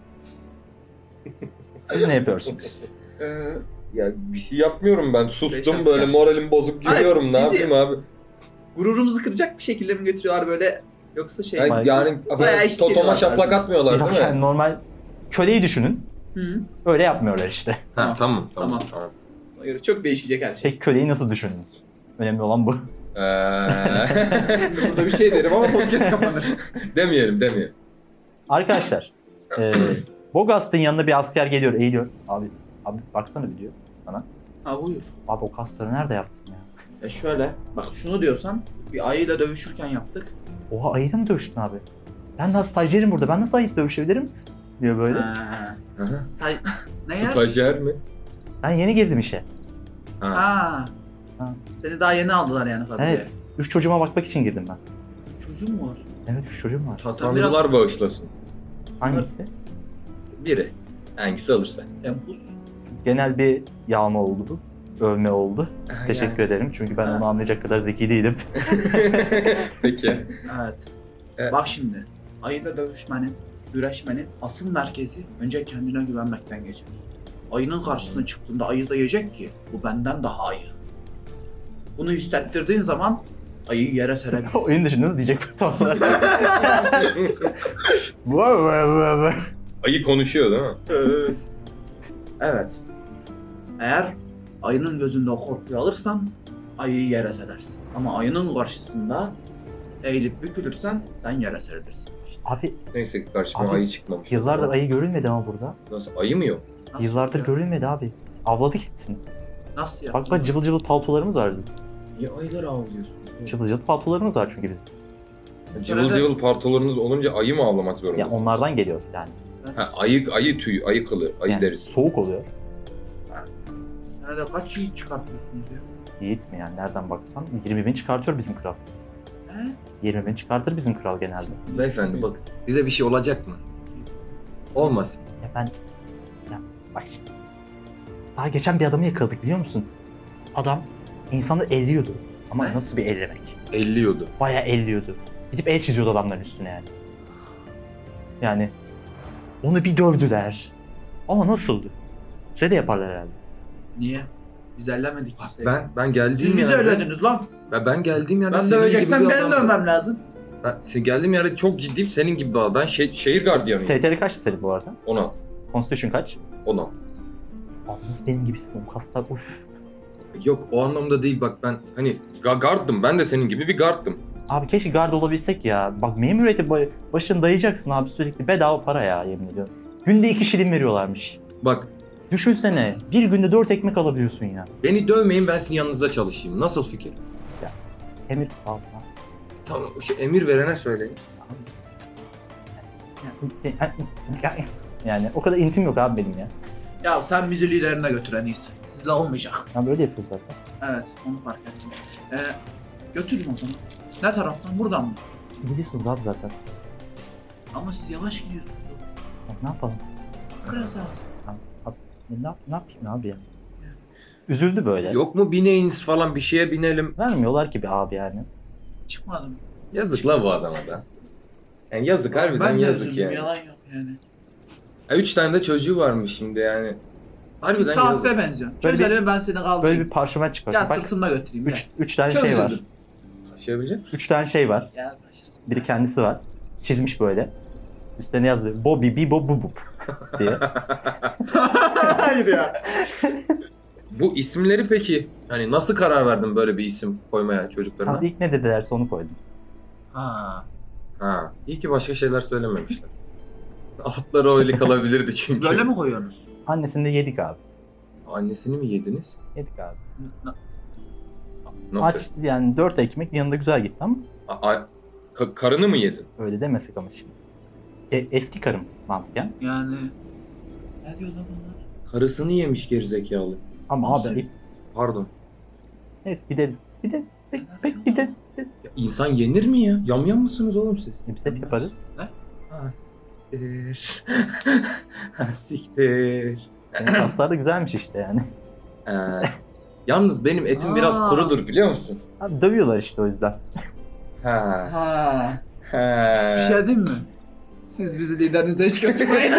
[SPEAKER 1] Siz ne yapıyorsunuz?
[SPEAKER 2] Ya bir şey yapmıyorum ben. Sustum
[SPEAKER 4] Beş
[SPEAKER 2] böyle
[SPEAKER 4] asker.
[SPEAKER 2] moralim bozuk
[SPEAKER 4] Hayır,
[SPEAKER 2] yürüyorum. Ne
[SPEAKER 4] bizi-
[SPEAKER 2] yapayım abi?
[SPEAKER 4] Gururumuzu kıracak bir şekilde mi götürüyorlar böyle yoksa şey
[SPEAKER 2] Yani,
[SPEAKER 1] Bayağı-
[SPEAKER 2] yani
[SPEAKER 4] bayağı eşit
[SPEAKER 2] totoma
[SPEAKER 4] geliyorlar
[SPEAKER 2] şaplak
[SPEAKER 4] tarzında.
[SPEAKER 2] atmıyorlar değil mi?
[SPEAKER 1] Yani normal köleyi düşünün.
[SPEAKER 4] Hı.
[SPEAKER 1] Öyle yapmıyorlar işte.
[SPEAKER 2] Ha, tamam.
[SPEAKER 4] Tamam. Ona göre çok değişecek her şey.
[SPEAKER 1] Peki köleyi nasıl düşündünüz? Önemli olan bu.
[SPEAKER 4] Şimdi burada bir şey derim ama podcast kapanır.
[SPEAKER 2] demeyelim.
[SPEAKER 1] Arkadaşlar, Bogast'ın yanına bir asker geliyor, eğiliyor. Abi baksana bir diyor.
[SPEAKER 4] Ha buyur.
[SPEAKER 1] Abi o kasları nerede yaptın ya?
[SPEAKER 4] Şöyle bak şunu diyorsan bir ayıyla dövüşürken yaptık.
[SPEAKER 1] Oha ayıyla mı dövüştün abi? Ben daha stajyerim burada. Ben nasıl ayıyla dövüşebilirim? Diyor böyle.
[SPEAKER 4] Ha.
[SPEAKER 2] Hı hı.
[SPEAKER 4] Ne ya?
[SPEAKER 2] Stajyer mi?
[SPEAKER 1] Ben yeni girdim işe.
[SPEAKER 4] Ha.
[SPEAKER 1] Ha.
[SPEAKER 4] Seni daha yeni aldılar yani fabrikaya.
[SPEAKER 1] Evet. 3 çocuğuma bakmak için girdim ben.
[SPEAKER 4] çocuğum mu var?
[SPEAKER 1] Evet 3 çocuğum var.
[SPEAKER 2] Tanrılar bağışlasın.
[SPEAKER 1] Hangisi?
[SPEAKER 2] Biri. Hangisi alırsa.
[SPEAKER 4] Tempus.
[SPEAKER 1] Genel bir yağma oldu bu. Övme oldu. Teşekkür ederim çünkü ben
[SPEAKER 4] Ha.
[SPEAKER 1] onu anlayacak kadar zeki değilim.
[SPEAKER 2] Peki.
[SPEAKER 4] Evet.
[SPEAKER 2] Evet.
[SPEAKER 4] Bak şimdi. Ayıyla dövüşmenin, güreşmenin asıl merkezi önce kendine güvenmekten geçer. Ayının karşısına çıktığında ayı da yiyecek ki bu benden daha iyi. Bunu hissettirdiğin zaman ayıyı yere serebilirsin.
[SPEAKER 1] Oyun dışı nasıl diyecek bu tam olarak? Vay vay vay vay.
[SPEAKER 2] Ayı konuşuyor değil mi?
[SPEAKER 4] Evet. Eğer ayının gözünde o korkuyu alırsan ayıyı yere serersin. Ama ayının karşısında eğilip bükülürsen sen yere serilirsin. İşte.
[SPEAKER 1] Abi
[SPEAKER 2] Neyse karşıma
[SPEAKER 1] Abi,
[SPEAKER 2] ayı çıkmamış.
[SPEAKER 1] yıllardır ayı görülmedi ama burada.
[SPEAKER 2] Nasıl? Ayı mı yok?
[SPEAKER 4] Nasıl
[SPEAKER 1] Yıllardır
[SPEAKER 4] ya?
[SPEAKER 1] görülmedi abi. Avladık hepsini.
[SPEAKER 4] Nasıl ya?
[SPEAKER 1] Bak cıvıl cıvıl paltolarımız var bizim.
[SPEAKER 2] Niye ayıları avlıyorsun?
[SPEAKER 1] Cıvıl cıvıl paltolarımız var çünkü bizim.
[SPEAKER 2] Cıvıl cıvıl partolarınız olunca ayı mı avlamak
[SPEAKER 1] Ya
[SPEAKER 2] zorundasın?
[SPEAKER 1] onlardan geliyor yani.
[SPEAKER 2] Ha, ayı tüyü, ayı kılı, ayı
[SPEAKER 1] Yani
[SPEAKER 2] derisi.
[SPEAKER 1] soğuk oluyor.
[SPEAKER 4] Senede kaç yiğit çıkartıyorsunuz ya?
[SPEAKER 1] Yiğit mi yani nereden baksan 20.000 çıkartıyor bizim kral.
[SPEAKER 4] He?
[SPEAKER 1] 20.000 çıkartır bizim kral genelde.
[SPEAKER 2] Beyefendi bak, bize bir şey olacak mı? Olmasın.
[SPEAKER 1] Ya bak şimdi. Daha geçen bir adamı yakaladık biliyor musun? Adam insanı elliyordu. Ama
[SPEAKER 4] Ne?
[SPEAKER 1] nasıl bir ellemek?
[SPEAKER 2] Elliyordu.
[SPEAKER 1] Bayağı elliyordu. Gidip el çiziyordu adamların üstüne yani. Yani onu bir dövdüler. Ama nasıldı? Size de yaparlar herhalde.
[SPEAKER 4] Niye? Biz ellemedik kimseyi.
[SPEAKER 2] Ben geldiğim
[SPEAKER 4] Siz bizi
[SPEAKER 2] yerde...
[SPEAKER 4] ellediniz lan.
[SPEAKER 2] Ben geldiğim yerde
[SPEAKER 4] Ben
[SPEAKER 2] senin gibi
[SPEAKER 4] döveceksen
[SPEAKER 2] bir
[SPEAKER 4] benim
[SPEAKER 2] adamdım.
[SPEAKER 4] dövmem lazım.
[SPEAKER 2] Sen geldiğim yerde çok ciddiyim, senin gibi bir adam. Ben şehir gardiyanıyım.
[SPEAKER 1] STR kaçtı senin bu arada?
[SPEAKER 2] 16.
[SPEAKER 1] Constitution kaç?
[SPEAKER 2] 16.
[SPEAKER 1] Abi nasıl benim gibisin o kaslar uf.
[SPEAKER 2] Yok o anlamda değil bak ben hani garddım. Ben de senin gibi bir garddım.
[SPEAKER 1] Abi keşke guard olabilsek ya. Bak memuriyeti başını dayayacaksın abi sürekli bedava para ya yemin ediyorum. Günde 2 şilin veriyorlarmış.
[SPEAKER 2] Bak
[SPEAKER 1] Düşünsene bir günde 4 ekmek alabiliyorsun ya.
[SPEAKER 2] beni dövmeyin ben sizin yanınızda çalışayım. Nasıl fikir?
[SPEAKER 1] Emir al.
[SPEAKER 2] Tamam şu emir verene söyleyin.
[SPEAKER 1] Yani o kadar intim yok abi benim ya.
[SPEAKER 4] Ya sen bizi liderine götür en iyisi. Sizle olmayacak.
[SPEAKER 1] Ya böyle yapıyoruz zaten.
[SPEAKER 4] Evet, onu fark ettim. Götürün o zaman. Ne taraftan? Buradan mı?
[SPEAKER 1] Siz gidiyorsunuz abi zaten.
[SPEAKER 4] Ama siz yavaş gidiyorsunuz.
[SPEAKER 1] Bak ne yapalım?
[SPEAKER 4] Biraz daha.
[SPEAKER 1] Ne yapayım abi ya? Üzüldü böyle.
[SPEAKER 2] Yok mu bineğiniz falan bir şeye binelim.
[SPEAKER 1] Vermiyorlar ki bir abi yani.
[SPEAKER 4] Çıkmadım.
[SPEAKER 2] Yazık la bu adama da. Yani yazık harbiden
[SPEAKER 4] Ben de
[SPEAKER 2] yazık
[SPEAKER 4] üzüldüm,
[SPEAKER 2] yani.
[SPEAKER 4] yalan yok yani.
[SPEAKER 2] 3 tane de çocuğu varmış şimdi yani. Harbiden
[SPEAKER 4] Safiye
[SPEAKER 2] yazık.
[SPEAKER 4] benziyorsun.
[SPEAKER 1] Böyle
[SPEAKER 4] Çözelim ben seni
[SPEAKER 1] Böyle
[SPEAKER 4] kaldırayım.
[SPEAKER 1] bir parşömen çıkar.
[SPEAKER 4] Gel
[SPEAKER 1] Bak
[SPEAKER 4] sırtımda götüreyim. Gel.
[SPEAKER 1] 3 tane
[SPEAKER 4] Çok
[SPEAKER 1] şey var.
[SPEAKER 4] üzüldüm.
[SPEAKER 2] Taşıyabilecek misin?
[SPEAKER 1] 3 tane şey var.
[SPEAKER 4] Gel taşırız.
[SPEAKER 1] Biri kendisi var. Çizmiş böyle. Üstüne yazıyor. Bobby Bibo Bubup diye.
[SPEAKER 4] Hayır ya.
[SPEAKER 2] Bu isimleri peki hani nasıl karar verdin böyle bir isim koymaya çocuklarına?
[SPEAKER 1] Abi ilk ne dedilerse onu koydum.
[SPEAKER 4] Ha.
[SPEAKER 2] Ha, iyi ki başka şeyler söylememişler. Altları öyle kalabilirdi çünkü.
[SPEAKER 4] Siz böyle mi koyuyorsunuz?
[SPEAKER 1] Annesini de yedik abi.
[SPEAKER 2] Annesini mi yediniz?
[SPEAKER 1] Yedik abi.
[SPEAKER 2] Nasıl?
[SPEAKER 1] Aç yani 4 ekmek yanında güzel gitti ama
[SPEAKER 2] Karını mı yedin?
[SPEAKER 1] öyle demesek ama şimdi. Eski karım mantıken.
[SPEAKER 4] Yani. Ne diyor lan bunlar?
[SPEAKER 2] Karısını yemiş gerizekalı.
[SPEAKER 1] Ama
[SPEAKER 4] Nasıl?
[SPEAKER 1] abi
[SPEAKER 2] Pardon.
[SPEAKER 1] neyse gidelim. Pek gidelim.
[SPEAKER 2] Ya insan yenir mi ya? Yamyam mısınız oğlum siz?
[SPEAKER 1] Biz hep yaparız.
[SPEAKER 2] Ha, siktir. Ha, siktir.
[SPEAKER 1] Senin kaslar da güzelmiş işte yani.
[SPEAKER 2] Yalnız benim etim biraz
[SPEAKER 4] Aa.
[SPEAKER 2] kurudur biliyor musun?
[SPEAKER 1] Abi dövüyorlar işte o yüzden.
[SPEAKER 2] Ha.
[SPEAKER 4] Ha.
[SPEAKER 2] Ha.
[SPEAKER 4] Bir şey diyeyim mi? Siz bizi liderinizde hiç götürmeyin.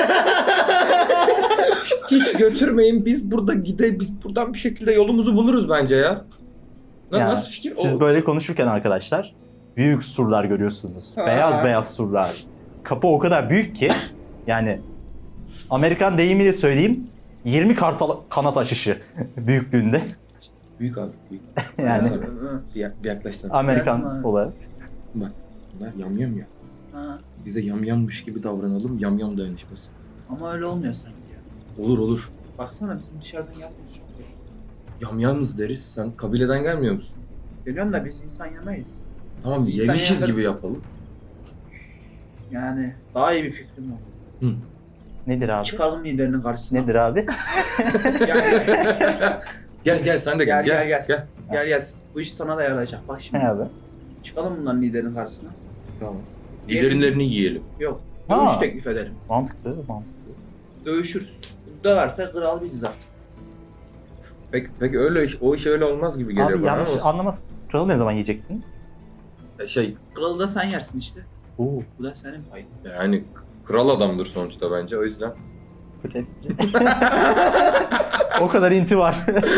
[SPEAKER 2] Hiç götürmeyin. Biz buradan bir şekilde yolumuzu buluruz bence ya. Lan
[SPEAKER 1] Ya,
[SPEAKER 2] nasıl fikir?
[SPEAKER 1] Siz böyle konuşurken arkadaşlar büyük surlar görüyorsunuz.
[SPEAKER 4] Ha.
[SPEAKER 1] Beyaz beyaz surlar. Kapı o kadar büyük ki yani Amerikan deyimiyle söyleyeyim 20 kartal kanat aşışı büyüklüğünde.
[SPEAKER 2] Büyük abi. Büyük.
[SPEAKER 1] Yani
[SPEAKER 2] Bir yaklaşsana.
[SPEAKER 1] Amerikan
[SPEAKER 4] Yapma.
[SPEAKER 1] olarak.
[SPEAKER 2] Bunlar yamyam ya.
[SPEAKER 4] Ha.
[SPEAKER 2] Bize yamyammış gibi davranalım. Yamyam dayanışması.
[SPEAKER 4] Ama öyle olmuyor sanki ya.
[SPEAKER 2] Olur.
[SPEAKER 4] Baksana bizim dışarıdan yapmıyoruz çok iyi.
[SPEAKER 2] Yamyamız deriz. Sen kabileden gelmiyor musun?
[SPEAKER 4] Biliyorum da biz insan yemeyiz.
[SPEAKER 2] Tamam
[SPEAKER 4] İnsan
[SPEAKER 2] yemişiz
[SPEAKER 4] yerler-
[SPEAKER 2] gibi yapalım.
[SPEAKER 4] Yani daha iyi bir fikrim var.
[SPEAKER 1] Nedir abi?
[SPEAKER 4] Çıkalım liderinin karşısına.
[SPEAKER 1] Nedir abi?
[SPEAKER 2] Gel sen de gel.
[SPEAKER 4] Gel. Gel. Bu iş sana da yarayacak. Bak
[SPEAKER 1] Ne
[SPEAKER 4] şimdi.
[SPEAKER 1] abi?
[SPEAKER 4] Çıkalım bunların liderinin karşısına.
[SPEAKER 2] Tamam. Liderinlerini yiyelim.
[SPEAKER 4] Yok.
[SPEAKER 1] Ha.
[SPEAKER 4] Dövüş teklif ederim.
[SPEAKER 1] Mantıklı.
[SPEAKER 4] Dövüşürüz. Döverse kral biziz artık.
[SPEAKER 2] Peki öyle o iş öyle olmaz gibi geliyor
[SPEAKER 1] Abi
[SPEAKER 2] bana
[SPEAKER 1] yanlış
[SPEAKER 2] ama
[SPEAKER 1] anlamaz. Kralı ne zaman yiyeceksiniz?
[SPEAKER 2] şey
[SPEAKER 4] Kralı da sen yersin işte.
[SPEAKER 1] Oo.
[SPEAKER 4] Bu da senin payın.
[SPEAKER 2] yani kral adamdır sonuçta bence o yüzden.
[SPEAKER 1] Kötü espri. O kadar inti var.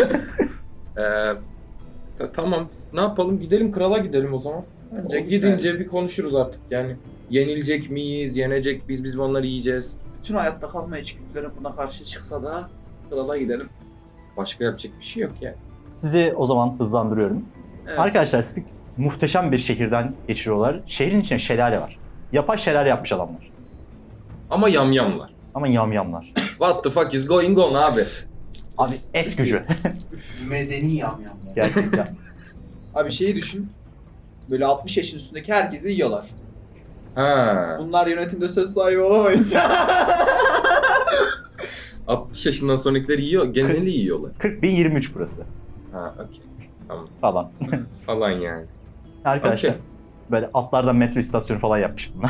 [SPEAKER 2] Tamam ne yapalım gidelim krala gidelim o zaman. Bence
[SPEAKER 4] Olur
[SPEAKER 2] gidince
[SPEAKER 4] yani.
[SPEAKER 2] bir konuşuruz artık yani. Yenilecek miyiz, yenecek biz onları yiyeceğiz.
[SPEAKER 4] Bütün hayatta kalma içgüdülerim buna karşı çıksa da krala gidelim.
[SPEAKER 2] Başka yapacak bir şey yok yani.
[SPEAKER 1] Sizi o zaman hızlandırıyorum.
[SPEAKER 4] Evet.
[SPEAKER 1] Arkadaşlar sizi muhteşem bir şehirden geçiriyorlar. Şehrin içinde şelale var. Yapay şelale yapmış adamlar.
[SPEAKER 2] Ama yamyamlar.
[SPEAKER 1] Ama yamyamlar.
[SPEAKER 2] What the fuck is going on abi?
[SPEAKER 1] Abi et gücü.
[SPEAKER 3] Medeni yamyam.
[SPEAKER 1] Gerçekten.
[SPEAKER 4] Abi şeyi düşün. Böyle 60 yaşın üstündeki herkesi yiyorlar.
[SPEAKER 2] Ha.
[SPEAKER 4] Bunlar yönetimde söz sahibi olamayınca.
[SPEAKER 2] 60 yaşından sonrakileri yiyor, geneli yiyorlar.
[SPEAKER 1] 40.023 burası
[SPEAKER 2] Ha, okey. Tamam.
[SPEAKER 1] falan.
[SPEAKER 2] Falan yani.
[SPEAKER 1] Arkadaşlar
[SPEAKER 2] Okey.
[SPEAKER 1] böyle atlardan metro istasyonu falan yapmış bunlar.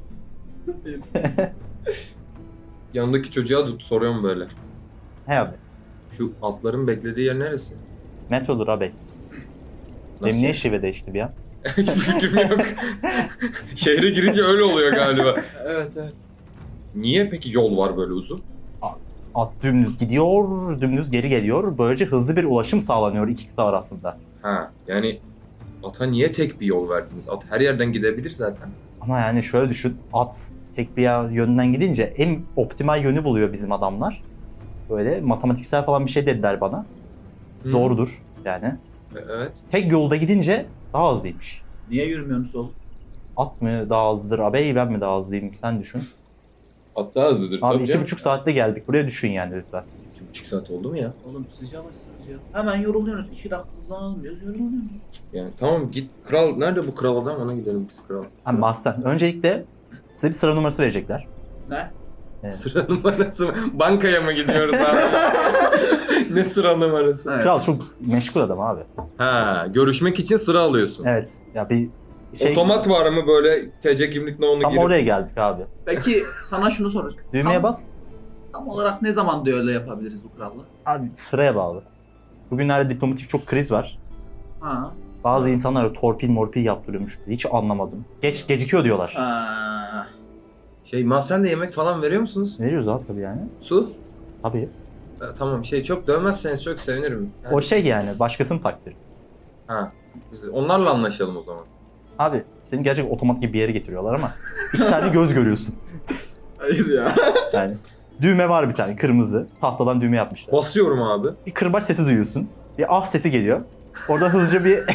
[SPEAKER 2] Yanındaki çocuğa soruyorum böyle.
[SPEAKER 1] He abi.
[SPEAKER 2] Şu atların beklediği yer neresi?
[SPEAKER 1] Metrodur abi. Benim niye şive değişti bir an?
[SPEAKER 2] Hiçbir fikrim yok. Şehre girince öyle oluyor galiba.
[SPEAKER 4] Evet evet.
[SPEAKER 2] Niye peki yol var böyle uzun?
[SPEAKER 1] At dümdüz gidiyor, dümdüz geri geliyor. Böylece hızlı bir ulaşım sağlanıyor iki kıta arasında.
[SPEAKER 2] Ha yani ata niye tek bir yol verdiniz? At her yerden gidebilir zaten.
[SPEAKER 1] Ama yani şöyle düşün, at tek bir yönden gidince en optimal yönü buluyor bizim adamlar. Böyle matematiksel falan bir şey dediler bana.
[SPEAKER 2] Hı.
[SPEAKER 1] Doğrudur yani.
[SPEAKER 2] Evet.
[SPEAKER 1] Tek yolda gidince daha hızlıymış.
[SPEAKER 4] Niye yürümüyorsunuz oğlum?
[SPEAKER 1] At mı daha hızlıdır, abey ben mi daha hızlıyım sen düşün.
[SPEAKER 2] At daha hızlıdır
[SPEAKER 1] Abi
[SPEAKER 2] tabii canım.
[SPEAKER 1] 2,5 saatte geldik, buraya düşün yani lütfen.
[SPEAKER 2] 2,5 saat oldu mu ya?
[SPEAKER 4] Oğlum siz yavaşsınız ya. Hemen yoruluyorsunuz. 2 dakika hızlanalım diyoruz yoruluyorsunuz.
[SPEAKER 2] Yani tamam git kral nerede bu kral adam ona gidelim biz kral.
[SPEAKER 1] Hani bahsen. Öncelikle size bir sıra numarası verecekler.
[SPEAKER 4] Ne?
[SPEAKER 1] Evet.
[SPEAKER 2] Sıra numarası mı? Bankaya mı gidiyoruz abi? Ne sıra numarası?
[SPEAKER 4] Evet.
[SPEAKER 1] Kral çok meşgul adam abi.
[SPEAKER 2] Ha, görüşmek için sıra alıyorsun.
[SPEAKER 1] Evet. Ya bir şey...
[SPEAKER 2] Otomat var mı böyle TC kimlik ne onu
[SPEAKER 1] Tam
[SPEAKER 2] girip?
[SPEAKER 1] oraya geldik abi.
[SPEAKER 4] Peki sana şunu sorayım.
[SPEAKER 1] Düğmeye
[SPEAKER 4] Tam-
[SPEAKER 1] bas.
[SPEAKER 4] Tam olarak ne zaman düello yapabiliriz bu kralla?
[SPEAKER 1] Abi sıraya bağlı. Bugünlerde diplomatik çok kriz var.
[SPEAKER 4] Ha.
[SPEAKER 1] Bazı insanlar torpil morpil yaptırıyormuş. Hiç anlamadım. Gecikiyor diyorlar.
[SPEAKER 4] Ha.
[SPEAKER 2] Mahzen'de yemek falan veriyor musunuz?
[SPEAKER 1] Veriyoruz abi tabii yani.
[SPEAKER 2] Su?
[SPEAKER 1] Tabii.
[SPEAKER 2] Tamam çok dövmezseniz çok sevinirim. Yani,
[SPEAKER 1] O şey yani başkasının takdiri.
[SPEAKER 2] Ha. Biz onlarla anlaşalım o zaman.
[SPEAKER 1] Abi seni gerçek otomat gibi bir yere getiriyorlar ama iki tane göz görüyorsun.
[SPEAKER 4] Hayır ya.
[SPEAKER 1] Yani düğme var bir tane kırmızı. Tahtadan düğme yapmışlar.
[SPEAKER 2] Basıyorum abi.
[SPEAKER 1] Bir kırbaç sesi duyuyorsun. Bir ah sesi geliyor. Orada hızlıca bir...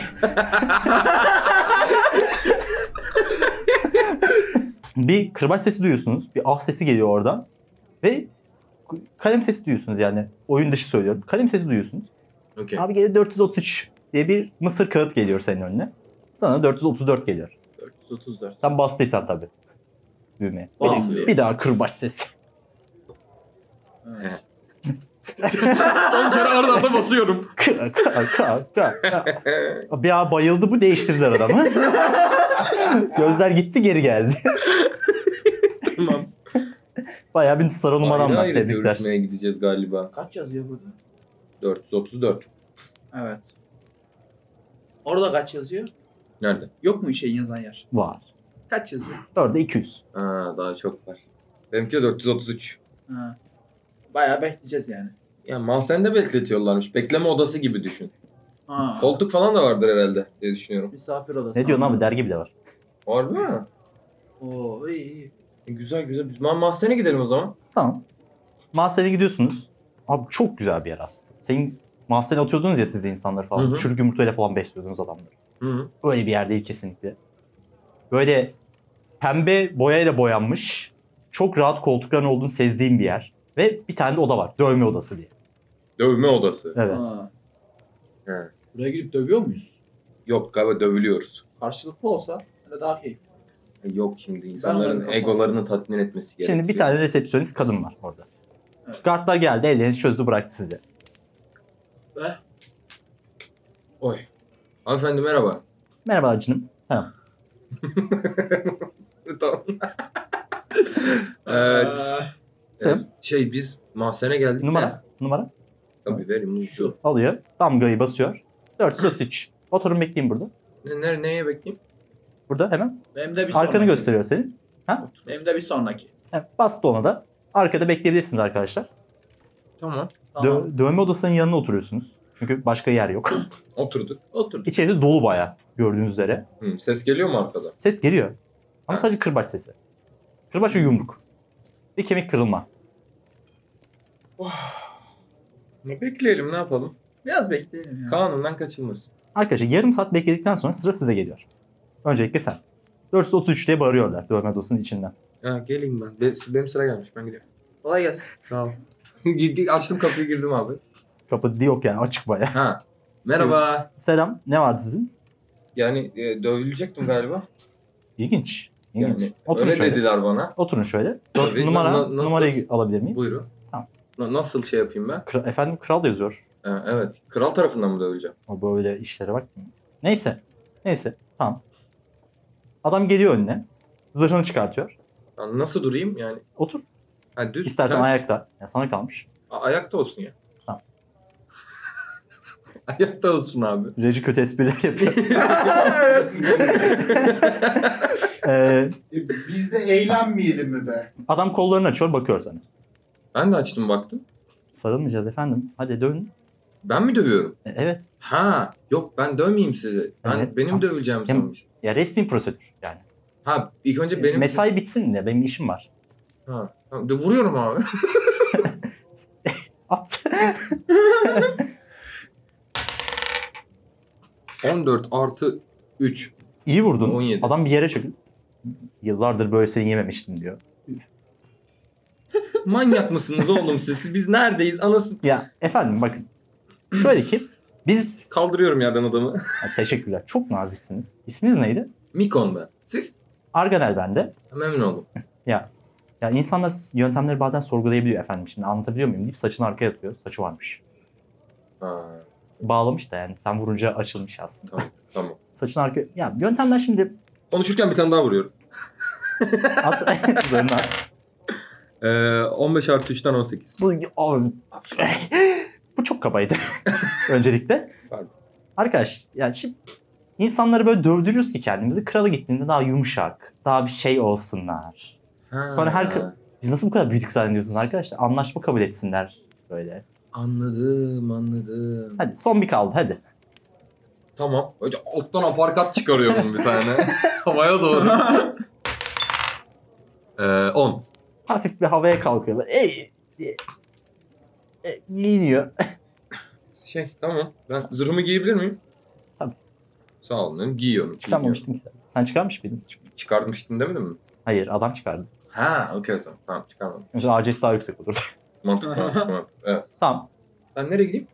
[SPEAKER 1] bir kırbaç sesi duyuyorsunuz. Bir ah sesi geliyor oradan. Ve kalem sesi duyuyorsunuz yani. Oyun dışı söylüyorum. Kalem sesi duyuyorsunuz.
[SPEAKER 2] Okey.
[SPEAKER 1] Abi geri 433 diye bir mısır kağıt geliyor senin önüne. Sana 434 geliyor.
[SPEAKER 4] 434.
[SPEAKER 1] Sen bastıysan tabii. Düğmeye.
[SPEAKER 4] Basıyor.
[SPEAKER 1] Bir daha kırbaç sesi.
[SPEAKER 4] Evet.
[SPEAKER 2] 10 kere arda arda basıyorum.
[SPEAKER 1] Bir daha bayıldı bu, değiştirdiler adamı. Gözler gitti geri geldi.
[SPEAKER 2] Tamam.
[SPEAKER 1] Bayağı bir sıra numaram
[SPEAKER 2] Ayrı
[SPEAKER 1] var.
[SPEAKER 2] ayrı
[SPEAKER 1] Tebrikler.
[SPEAKER 2] görüşmeye gideceğiz galiba.
[SPEAKER 4] Kaç yazıyor burada?
[SPEAKER 2] 434.
[SPEAKER 4] Evet. Orada kaç yazıyor?
[SPEAKER 2] Nerede?
[SPEAKER 4] Yok mu şeyin yazan yer?
[SPEAKER 1] Var.
[SPEAKER 4] Kaç yazıyor?
[SPEAKER 1] Orada 200.
[SPEAKER 2] Ha daha çok var. Benimki de 433.
[SPEAKER 4] Ha. Bayağı bekleyeceğiz yani.
[SPEAKER 2] Ya mahzende bekletiyorlarmış. Bekleme odası gibi düşün.
[SPEAKER 4] Ha.
[SPEAKER 2] Koltuk falan da vardır herhalde diye düşünüyorum.
[SPEAKER 4] Misafir odası.
[SPEAKER 1] Ne diyorsun abi, dergi bile var.
[SPEAKER 2] Var mı?
[SPEAKER 4] Oo iyi.
[SPEAKER 2] Güzel güzel. Biz mahzene gidelim o zaman.
[SPEAKER 1] Tamam. Mahzene gidiyorsunuz. Abi çok güzel bir yer aslında. Senin mahzene atıyordunuz ya siz insanları falan.
[SPEAKER 2] Hı hı.
[SPEAKER 1] Çürük yumurtayla falan besliyordunuz adamları.
[SPEAKER 2] Hı.
[SPEAKER 1] Öyle bir yer değil kesinlikle. Böyle pembe boyayla boyanmış, çok rahat koltukların olduğunu sezdiğim bir yer. Ve bir tane de oda var. Dövme odası diye.
[SPEAKER 2] Dövme odası.
[SPEAKER 1] Evet.
[SPEAKER 4] Ha.
[SPEAKER 2] He.
[SPEAKER 4] Buraya gidip dövüyor muyuz?
[SPEAKER 2] Yok galiba dövülüyoruz.
[SPEAKER 4] Karşılıklı olsa öyle daha keyifli.
[SPEAKER 2] Yok şimdi
[SPEAKER 4] onların
[SPEAKER 2] insanların
[SPEAKER 4] kafamda.
[SPEAKER 2] egolarını tatmin etmesi gerekiyor.
[SPEAKER 1] Şimdi bir tane resepsiyonist kadın var orada.
[SPEAKER 4] Evet.
[SPEAKER 1] Kartlar geldi, ellerinizi çözdü, bıraktı size.
[SPEAKER 4] Ve
[SPEAKER 2] Oy. Hanımefendi merhaba.
[SPEAKER 1] Merhaba canım. Tamam.
[SPEAKER 2] Tamam. Biz mahzene geldik de.
[SPEAKER 1] Numara
[SPEAKER 2] Tabii verim şu.
[SPEAKER 1] alıyor. Damgayı basıyor. 433. Oturun bekleyin burada.
[SPEAKER 2] Neye bekleyeyim?
[SPEAKER 1] Burada hemen.
[SPEAKER 4] Benim de bir
[SPEAKER 1] Arkanı
[SPEAKER 4] sonraki.
[SPEAKER 1] gösteriyor senin.
[SPEAKER 4] Benim de bir sonraki.
[SPEAKER 1] Bastı ona da. Arkada bekleyebilirsiniz arkadaşlar.
[SPEAKER 2] Tamam.
[SPEAKER 4] Tamam.
[SPEAKER 1] Dövme odasının yanına oturuyorsunuz. Çünkü başka yer yok.
[SPEAKER 2] Oturduk.
[SPEAKER 4] Oturduk.
[SPEAKER 1] İçerisi dolu bayağı gördüğünüz üzere.
[SPEAKER 2] Ses geliyor mu arkada?
[SPEAKER 1] Ses geliyor. Ama
[SPEAKER 2] Ha.
[SPEAKER 1] sadece kırbaç sesi. Kırbaç ve yumruk. Bir kemik kırılma.
[SPEAKER 2] Bekleyelim ne yapalım?
[SPEAKER 4] Biraz bekleyelim ya.
[SPEAKER 2] Kanundan kaçılmaz.
[SPEAKER 1] Arkadaşlar yarım saat bekledikten sonra sıra size geliyor. Öncelikle sen. 433 diye bağırıyorlar dövme odasının içinden.
[SPEAKER 2] Ha geleyim ben. Benim sıra gelmiş. Ben gidiyorum.
[SPEAKER 4] Kolay gelsin.
[SPEAKER 2] Sağ ol. Açtım kapıyı girdim abi.
[SPEAKER 1] Kapı yok yani açık bayağı.
[SPEAKER 2] Ha. Merhaba.
[SPEAKER 1] Selam. Ne vardı sizin?
[SPEAKER 2] Yani dövülecektim galiba.
[SPEAKER 1] İlginç. İlginç.
[SPEAKER 2] Yani
[SPEAKER 1] Oturun
[SPEAKER 2] öyle
[SPEAKER 1] şöyle.
[SPEAKER 2] dediler bana.
[SPEAKER 1] Oturun şöyle.
[SPEAKER 2] Tabii. Nasıl?
[SPEAKER 1] Numarayı alabilir miyim?
[SPEAKER 2] Buyurun.
[SPEAKER 1] Tamam.
[SPEAKER 2] Nasıl şey yapayım ben?
[SPEAKER 1] Efendim kral yazıyor.
[SPEAKER 2] Ha, evet. Kral tarafından mı dövüleceğim?
[SPEAKER 1] O böyle işlere bak. Neyse. Tamam. Adam geliyor önüne. Zırhını çıkartıyor.
[SPEAKER 2] Yani nasıl durayım yani?
[SPEAKER 1] Otur.
[SPEAKER 2] Ha, düz.
[SPEAKER 1] İstersen
[SPEAKER 2] ters.
[SPEAKER 1] ayakta. Ya sana kalmış.
[SPEAKER 2] Ayakta olsun ya.
[SPEAKER 1] Tamam.
[SPEAKER 2] Ayakta olsun abi.
[SPEAKER 1] Reji kötü espriler yapıyor.
[SPEAKER 3] Biz de eğlenmeyelim mi be?
[SPEAKER 1] Adam kollarını açıyor bakıyor sana.
[SPEAKER 2] Ben de açtım baktım.
[SPEAKER 1] Sarılmayacağız efendim. Hadi dön.
[SPEAKER 2] Ben mi dövüyorum?
[SPEAKER 1] Evet.
[SPEAKER 2] Ha, yok ben dövmeyeyim sizi.
[SPEAKER 1] Evet.
[SPEAKER 2] Benim dövüleceğim sanmış.
[SPEAKER 1] Ya resmi prosedür yani.
[SPEAKER 2] Ha, ilk önce benim
[SPEAKER 1] Mesai bitsin de benim işim var.
[SPEAKER 2] Ha, tamam. Vuruyorum abi.
[SPEAKER 1] At.
[SPEAKER 2] 14 artı 3.
[SPEAKER 1] İyi vurdun.
[SPEAKER 2] 17.
[SPEAKER 1] Adam bir yere çöküyor. Yıllardır böyle seni yememiştim diyor.
[SPEAKER 2] Manyak mısınız oğlum siz? Biz neredeyiz? Anasını
[SPEAKER 1] Ya efendim bakın. Şöyle ki biz...
[SPEAKER 2] kaldırıyorum yerden adamı.
[SPEAKER 1] Ha, teşekkürler. Çok naziksiniz. İsminiz neydi?
[SPEAKER 2] Mikon ben. Siz?
[SPEAKER 1] Arganel bende.
[SPEAKER 2] Memnun oldum.
[SPEAKER 1] Ya insanlar yöntemleri bazen sorgulayabiliyor efendim. Şimdi anlatabiliyor muyum deyip saçını arkaya atıyor. Saçı varmış.
[SPEAKER 2] Ha,
[SPEAKER 1] Bağlamış da yani. Sen vurunca açılmış aslında.
[SPEAKER 2] tamam.
[SPEAKER 1] Saçını arkaya... Ya yöntemler şimdi
[SPEAKER 2] Konuşurken bir tane daha vuruyorum.
[SPEAKER 1] at. Üzerine at.
[SPEAKER 2] 15 artı 3'ten 18.
[SPEAKER 1] Abi, bu çok kabaydı. Öncelikle.
[SPEAKER 2] Pardon.
[SPEAKER 1] Arkadaş yani şimdi insanları böyle dövdürüyoruz ki kendimizi. Kralı gittiğinde daha yumuşak. Daha bir şey olsunlar.
[SPEAKER 2] Ha.
[SPEAKER 1] Sonra biz nasıl bu kadar büyüdük zannediyorsunuz arkadaşlar? Anlaşma kabul etsinler böyle.
[SPEAKER 2] Anladım.
[SPEAKER 1] Hadi son bir kaldı hadi.
[SPEAKER 2] Tamam. Önce alttan aparkat çıkarıyorum bir tane. Havaya doğru. 10.
[SPEAKER 1] Hafif bir havaya kalkıyorlar. Giyiniyor.
[SPEAKER 2] Tamam. Ben zırhımı giyebilir miyim?
[SPEAKER 1] Tabii.
[SPEAKER 2] Sağ olun. Giyiyorum.
[SPEAKER 1] Çıkarmamıştım ki sen. Sen çıkarmış mıydın?
[SPEAKER 2] Çıkarmıştın demedim mi?
[SPEAKER 1] Hayır adam çıkardı.
[SPEAKER 2] Ha, okey tamam. Tamam çıkarmadım.
[SPEAKER 1] Mesela AC'si daha yüksek olur.
[SPEAKER 2] Mantıklı. Evet.
[SPEAKER 1] Tamam.
[SPEAKER 2] Ben nereye gideyim?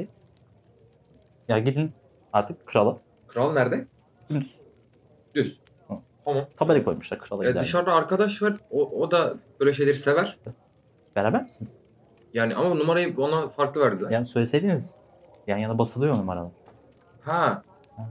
[SPEAKER 1] Ya gidin artık krala.
[SPEAKER 2] Kral nerede?
[SPEAKER 1] Dümdüz.
[SPEAKER 2] Düz.
[SPEAKER 1] Hı.
[SPEAKER 2] Tamam.
[SPEAKER 1] Tabela koymuşlar krala gider.
[SPEAKER 2] Dışarıda arkadaş var. O da böyle şeyleri sever.
[SPEAKER 1] Siz beraber misiniz?
[SPEAKER 2] Yani ama numarayı ona farklı verdiler.
[SPEAKER 1] Yani söyleseydiniz yan yana basılıyor numaralar.
[SPEAKER 2] Ha.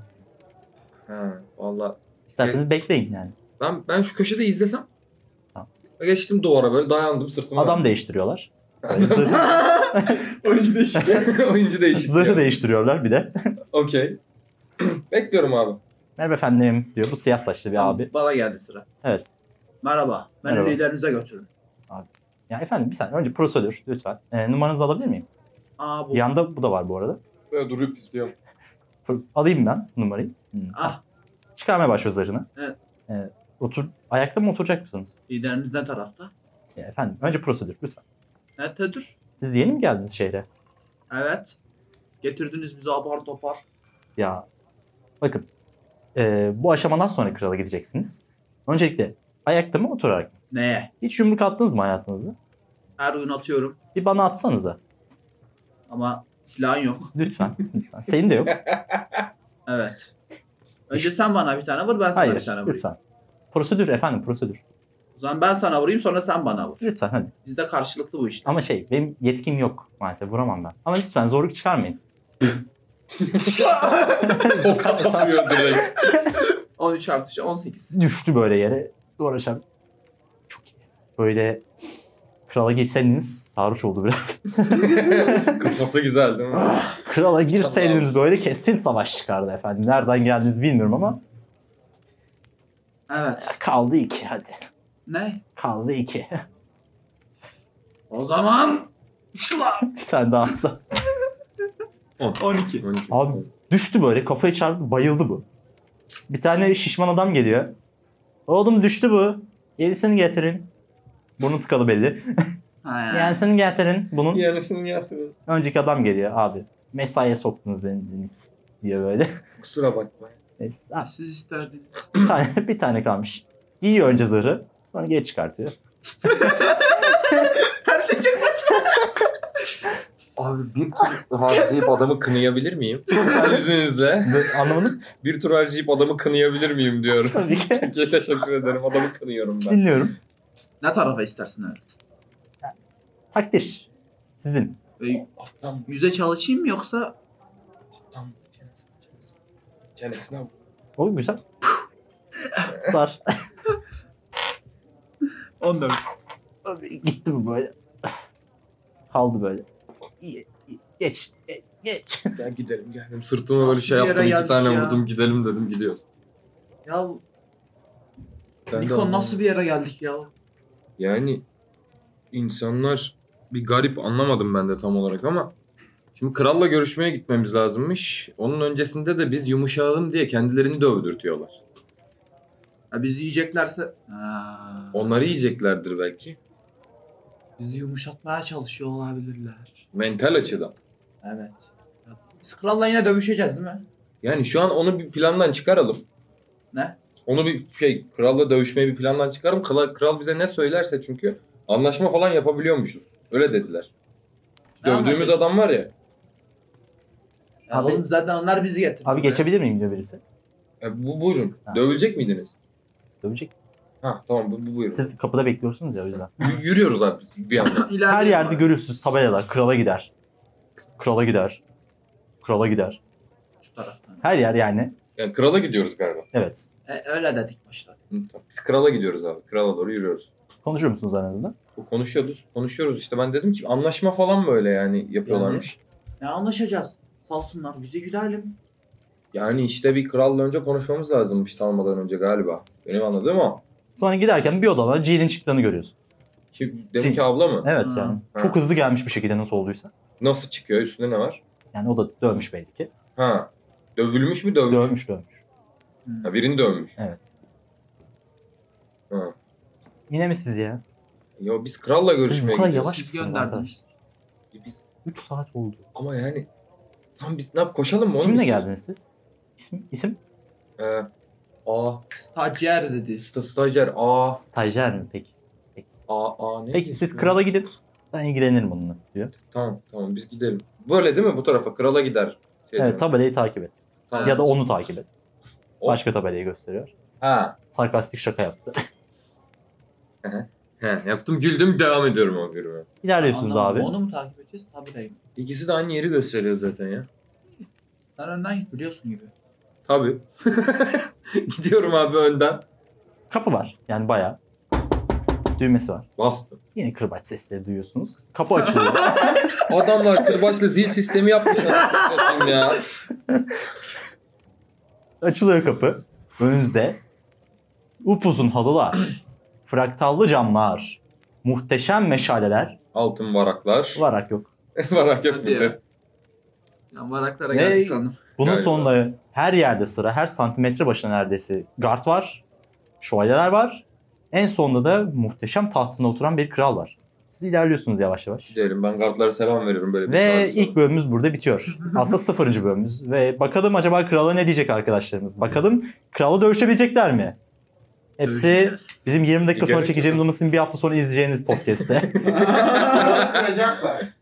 [SPEAKER 2] Vallahi
[SPEAKER 1] İsterseniz bekleyin yani.
[SPEAKER 2] ben şu köşede izlesem.
[SPEAKER 1] Tamam.
[SPEAKER 2] Geçtim duvara böyle dayandım sırtıma.
[SPEAKER 1] Adam değiştiriyorlar. Böyle zırhı,
[SPEAKER 3] Oyuncu değişik.
[SPEAKER 2] Oyuncu değişik.
[SPEAKER 1] zırhı değiştiriyorlar bir de.
[SPEAKER 2] Okey. Bekliyorum abi.
[SPEAKER 1] Merhaba efendim diyor. Bu siyah saçlı bir abi.
[SPEAKER 4] Bana geldi sıra.
[SPEAKER 1] Evet.
[SPEAKER 4] Merhaba. Beni
[SPEAKER 1] Merhaba.
[SPEAKER 4] liderinize götürün.
[SPEAKER 1] Ya efendim bir saniye. Önce prosedür lütfen. Numaranızı alabilir miyim?
[SPEAKER 4] Bu.
[SPEAKER 1] Yanda bu da var bu arada.
[SPEAKER 2] Böyle durup istiyorum.
[SPEAKER 1] Alayım ben numarayı.
[SPEAKER 4] Ah.
[SPEAKER 1] Çıkarmaya başlıyor zırhını.
[SPEAKER 4] Evet.
[SPEAKER 1] Ayakta mı oturacak mısınız?
[SPEAKER 4] Lideriniz ne tarafta?
[SPEAKER 1] Ya efendim önce prosedür lütfen.
[SPEAKER 4] Nerededir?
[SPEAKER 1] Siz yeni mi geldiniz şehre?
[SPEAKER 4] Evet. Getirdiniz bizi apar topar.
[SPEAKER 1] Ya bakın bu aşamadan sonra krala gideceksiniz. Öncelikle ayakta mı oturarak mı?
[SPEAKER 4] Neye?
[SPEAKER 1] Hiç yumruk attınız mı hayatınızda?
[SPEAKER 4] Her oyun atıyorum.
[SPEAKER 1] Bir bana atsanıza.
[SPEAKER 4] Ama silahın yok.
[SPEAKER 1] Lütfen. Lütfen. Senin de yok.
[SPEAKER 4] Evet. Önce sen bana bir tane vur, ben sana bir
[SPEAKER 1] Hayır
[SPEAKER 4] tane vurayım.
[SPEAKER 1] lütfen. Prosedür efendim prosedür.
[SPEAKER 4] O zaman ben sana vurayım, sonra sen bana vur.
[SPEAKER 1] Lütfen hadi.
[SPEAKER 4] Bizde karşılıklı bu işte.
[SPEAKER 1] Ama benim yetkim yok maalesef vuramam ben. Ama lütfen zorluk çıkarmayın.
[SPEAKER 2] Tokat atıyor direkt.
[SPEAKER 4] 13 artı 3, 18.
[SPEAKER 1] Düştü böyle yere. Uğraşan. Çok iyi. Böyle krala girseydiniz sarhoş oldu biraz.
[SPEAKER 2] Kafası güzel değil mi?
[SPEAKER 1] Krala girseydiniz
[SPEAKER 2] Tamam.
[SPEAKER 1] böyle kesin savaş çıkardı efendim. Nereden geldiniz bilmiyorum ama
[SPEAKER 4] Evet.
[SPEAKER 1] kaldı 2 hadi.
[SPEAKER 4] Ne?
[SPEAKER 1] Kaldı 2.
[SPEAKER 4] O zaman şla.
[SPEAKER 1] Bir tane daha atsa.
[SPEAKER 4] 12.
[SPEAKER 2] 12.
[SPEAKER 1] Abi düştü böyle kafayı çarptı bayıldı bu. Bir tane şişman adam geliyor. Oğlum düştü bu. Yenisini getirin. Burnu tıkalı belli.
[SPEAKER 4] Ha.
[SPEAKER 1] Yenisini getirin. Bunun
[SPEAKER 2] Yarısını yatırın.
[SPEAKER 1] önceki adam geliyor abi. Mesaiye soktunuz beni diye böyle.
[SPEAKER 2] Kusura bakma.
[SPEAKER 1] Neyse,
[SPEAKER 4] Siz isterdiniz.
[SPEAKER 1] bir tane kalmış. Giyiyor önce zırhı. Sonra geri çıkartıyor.
[SPEAKER 4] Her şey çok saçma.
[SPEAKER 2] Abi bir tur harcayıp adamı kınayabilir miyim? İzninizle.
[SPEAKER 1] Anlamadım.
[SPEAKER 2] Bir tur harcayıp adamı kınayabilir miyim diyorum.
[SPEAKER 1] Tabii ki.
[SPEAKER 2] Peki, teşekkür ederim. Adamı kınıyorum ben.
[SPEAKER 1] Dinliyorum.
[SPEAKER 4] Ne tarafa istersin öğret?
[SPEAKER 1] Takdir. Sizin.
[SPEAKER 3] Atlam.
[SPEAKER 4] Yüze çalışayım mı yoksa?
[SPEAKER 3] Atlam. Çenesine vur.
[SPEAKER 1] O güzel. Sar.
[SPEAKER 4] 14.
[SPEAKER 1] Abi, gitti mi böyle? Kaldı böyle. Geç. Geç.
[SPEAKER 3] Gel gidelim gel.
[SPEAKER 2] Benim sırtıma böyle
[SPEAKER 4] Nasıl
[SPEAKER 2] şey
[SPEAKER 4] bir yere
[SPEAKER 2] yaptım. 2
[SPEAKER 4] geldik
[SPEAKER 2] tane
[SPEAKER 4] ya?
[SPEAKER 2] vurdum. Gidelim dedim. Gidiyoruz.
[SPEAKER 4] Ya
[SPEAKER 2] Ben de
[SPEAKER 4] Nikon
[SPEAKER 2] anlamadım.
[SPEAKER 4] nasıl bir yere geldik ya?
[SPEAKER 2] Yani insanlar bir garip, anlamadım ben de tam olarak ama şimdi kralla görüşmeye gitmemiz lazımmış. Onun öncesinde de biz yumuşayalım diye kendilerini dövdürtüyorlar.
[SPEAKER 4] Ya bizi yiyeceklerse... Ha.
[SPEAKER 2] Onları yiyeceklerdir belki.
[SPEAKER 4] Bizi yumuşatmaya çalışıyor olabilirler.
[SPEAKER 2] Mental açıdan.
[SPEAKER 4] Evet. Ya, biz kralla yine dövüşeceğiz değil mi?
[SPEAKER 2] Yani şu an onu bir plandan çıkaralım.
[SPEAKER 4] Ne?
[SPEAKER 2] Onu bir kralla dövüşmeyi bir plandan çıkaralım. Kral bize ne söylerse çünkü anlaşma falan yapabiliyormuşuz. Öyle dediler.
[SPEAKER 4] Ne
[SPEAKER 2] Dövdüğümüz
[SPEAKER 4] anlaşıldı?
[SPEAKER 2] adam var ya.
[SPEAKER 4] Ya
[SPEAKER 1] Abi-
[SPEAKER 4] oğlum zaten onlar bizi getirdi.
[SPEAKER 1] Abi
[SPEAKER 4] buraya.
[SPEAKER 1] geçebilir miyim diyor birisi.
[SPEAKER 2] Buyurun.
[SPEAKER 1] Ha.
[SPEAKER 2] Dövülecek miydiniz?
[SPEAKER 1] Dövecek.
[SPEAKER 2] Ha tamam buyurun.
[SPEAKER 1] Siz kapıda bekliyorsunuz ya o yüzden.
[SPEAKER 2] Yürüyoruz abi biz bir anda.
[SPEAKER 4] İleride
[SPEAKER 1] Her yerde
[SPEAKER 4] var.
[SPEAKER 1] görürsünüz tabelalar. Krala gider. Krala gider. Krala gider.
[SPEAKER 4] Şu taraftan.
[SPEAKER 1] Her yer yani.
[SPEAKER 2] Yani krala gidiyoruz galiba.
[SPEAKER 1] Evet.
[SPEAKER 4] Öyle dedik başta.
[SPEAKER 2] Hı, tamam. Biz krala gidiyoruz abi. Krala doğru yürüyoruz.
[SPEAKER 1] Konuşuyor musunuz aranızda?
[SPEAKER 2] Konuşuyoruz işte. Ben dedim ki anlaşma falan böyle yani yapıyorlarmış.
[SPEAKER 4] Ne anlaşacağız? Salsınlar bizi güdelim.
[SPEAKER 2] Yani işte bir kralla önce konuşmamız lazımmış salmadan önce galiba. Benim anladığım o.
[SPEAKER 1] Sonra giderken bir odadan Jill'in çıktığını görüyorsun.
[SPEAKER 2] Demin ki abla mı?
[SPEAKER 1] Evet
[SPEAKER 4] Ha.
[SPEAKER 1] yani.
[SPEAKER 2] Ha.
[SPEAKER 1] Çok hızlı gelmiş bir şekilde nasıl olduysa.
[SPEAKER 2] Nasıl çıkıyor? Üstünde ne var?
[SPEAKER 1] Yani o da dövmüş belli ki.
[SPEAKER 2] Ha. Dövülmüş mü dövmüş?
[SPEAKER 1] Dövmüş.
[SPEAKER 2] Ha, birini dövmüş.
[SPEAKER 1] Evet.
[SPEAKER 2] Ha.
[SPEAKER 1] Yine mi siz ya?
[SPEAKER 2] Ya biz kralla
[SPEAKER 1] Siz bu
[SPEAKER 2] görüşmeye
[SPEAKER 1] kadar
[SPEAKER 2] gidiyoruz.
[SPEAKER 1] yavaş
[SPEAKER 4] Siz
[SPEAKER 1] mısınız
[SPEAKER 4] gönderdiniz.
[SPEAKER 1] arkadaşlar?
[SPEAKER 2] Biz,
[SPEAKER 1] 3 saat oldu.
[SPEAKER 2] ama yani tam biz ne yap koşalım mı? Onu
[SPEAKER 1] Kimle
[SPEAKER 2] biz-
[SPEAKER 1] geldiniz siz? İsim?
[SPEAKER 2] A.
[SPEAKER 4] Stajyer dedi.
[SPEAKER 2] Stajyer A.
[SPEAKER 1] Stajyer mi peki?
[SPEAKER 2] Ne?
[SPEAKER 1] Peki siz krala gidip ben ilgilenirim onunla diyor.
[SPEAKER 2] Tamam biz gidelim. Böyle değil mi bu tarafa? Krala gider.
[SPEAKER 1] Evet tabelayı takip et.
[SPEAKER 2] Tamam.
[SPEAKER 1] Ya da onu takip et.
[SPEAKER 2] O-
[SPEAKER 1] Başka tabelayı gösteriyor.
[SPEAKER 2] Ha.
[SPEAKER 1] Sarkastik şaka yaptı.
[SPEAKER 2] He, yaptım güldüm devam ediyorum o yürüme.
[SPEAKER 1] İlerliyorsunuz
[SPEAKER 4] Anlamadım.
[SPEAKER 1] abi.
[SPEAKER 4] Onu mu takip edeceğiz? Tabii mi?
[SPEAKER 2] İkisi de aynı yeri gösteriyor zaten ya.
[SPEAKER 4] Sen önden git biliyorsun gibi.
[SPEAKER 2] Tabii. Gidiyorum abi önden.
[SPEAKER 1] Kapı var. Yani bayağı. Düğmesi var.
[SPEAKER 2] Bastım.
[SPEAKER 1] Yine kırbaç sesleri duyuyorsunuz. Kapı açılıyor.
[SPEAKER 2] Adamlar kırbaçla zil sistemi yapmış. anasını satayım ya.
[SPEAKER 1] Açılıyor kapı. Önünüzde upuzun halılar, fraktallı camlar, muhteşem meşaleler.
[SPEAKER 2] Altın varaklar.
[SPEAKER 1] Varak yok.
[SPEAKER 2] Varak yok
[SPEAKER 4] Hadi
[SPEAKER 2] mu?
[SPEAKER 4] ya. Ya varaklara
[SPEAKER 1] Ve-
[SPEAKER 4] geldik sandım.
[SPEAKER 1] Bunun
[SPEAKER 2] Galiba.
[SPEAKER 1] sonunda her yerde sıra, her santimetre başına neredeyse guard var, şövalyeler var. En sonunda da muhteşem tahtında oturan bir kral var. Siz ilerliyorsunuz yavaş yavaş.
[SPEAKER 2] Gidelim ben kartlara selam veriyorum böyle bir
[SPEAKER 1] Ve
[SPEAKER 2] saat
[SPEAKER 1] ilk bölümümüz burada bitiyor. Aslında 0. bölümümüz. Ve bakalım acaba krala ne diyecek arkadaşlarımız? Bakalım krala dövüşebilecekler mi? Hepsi
[SPEAKER 4] Dövüşeceğiz.
[SPEAKER 1] bizim 20 dakika sonra
[SPEAKER 2] Gerek yok.
[SPEAKER 1] çekeceğimiz bir hafta sonra izleyeceğiniz podcast'te.
[SPEAKER 3] Kralı kıracaklar.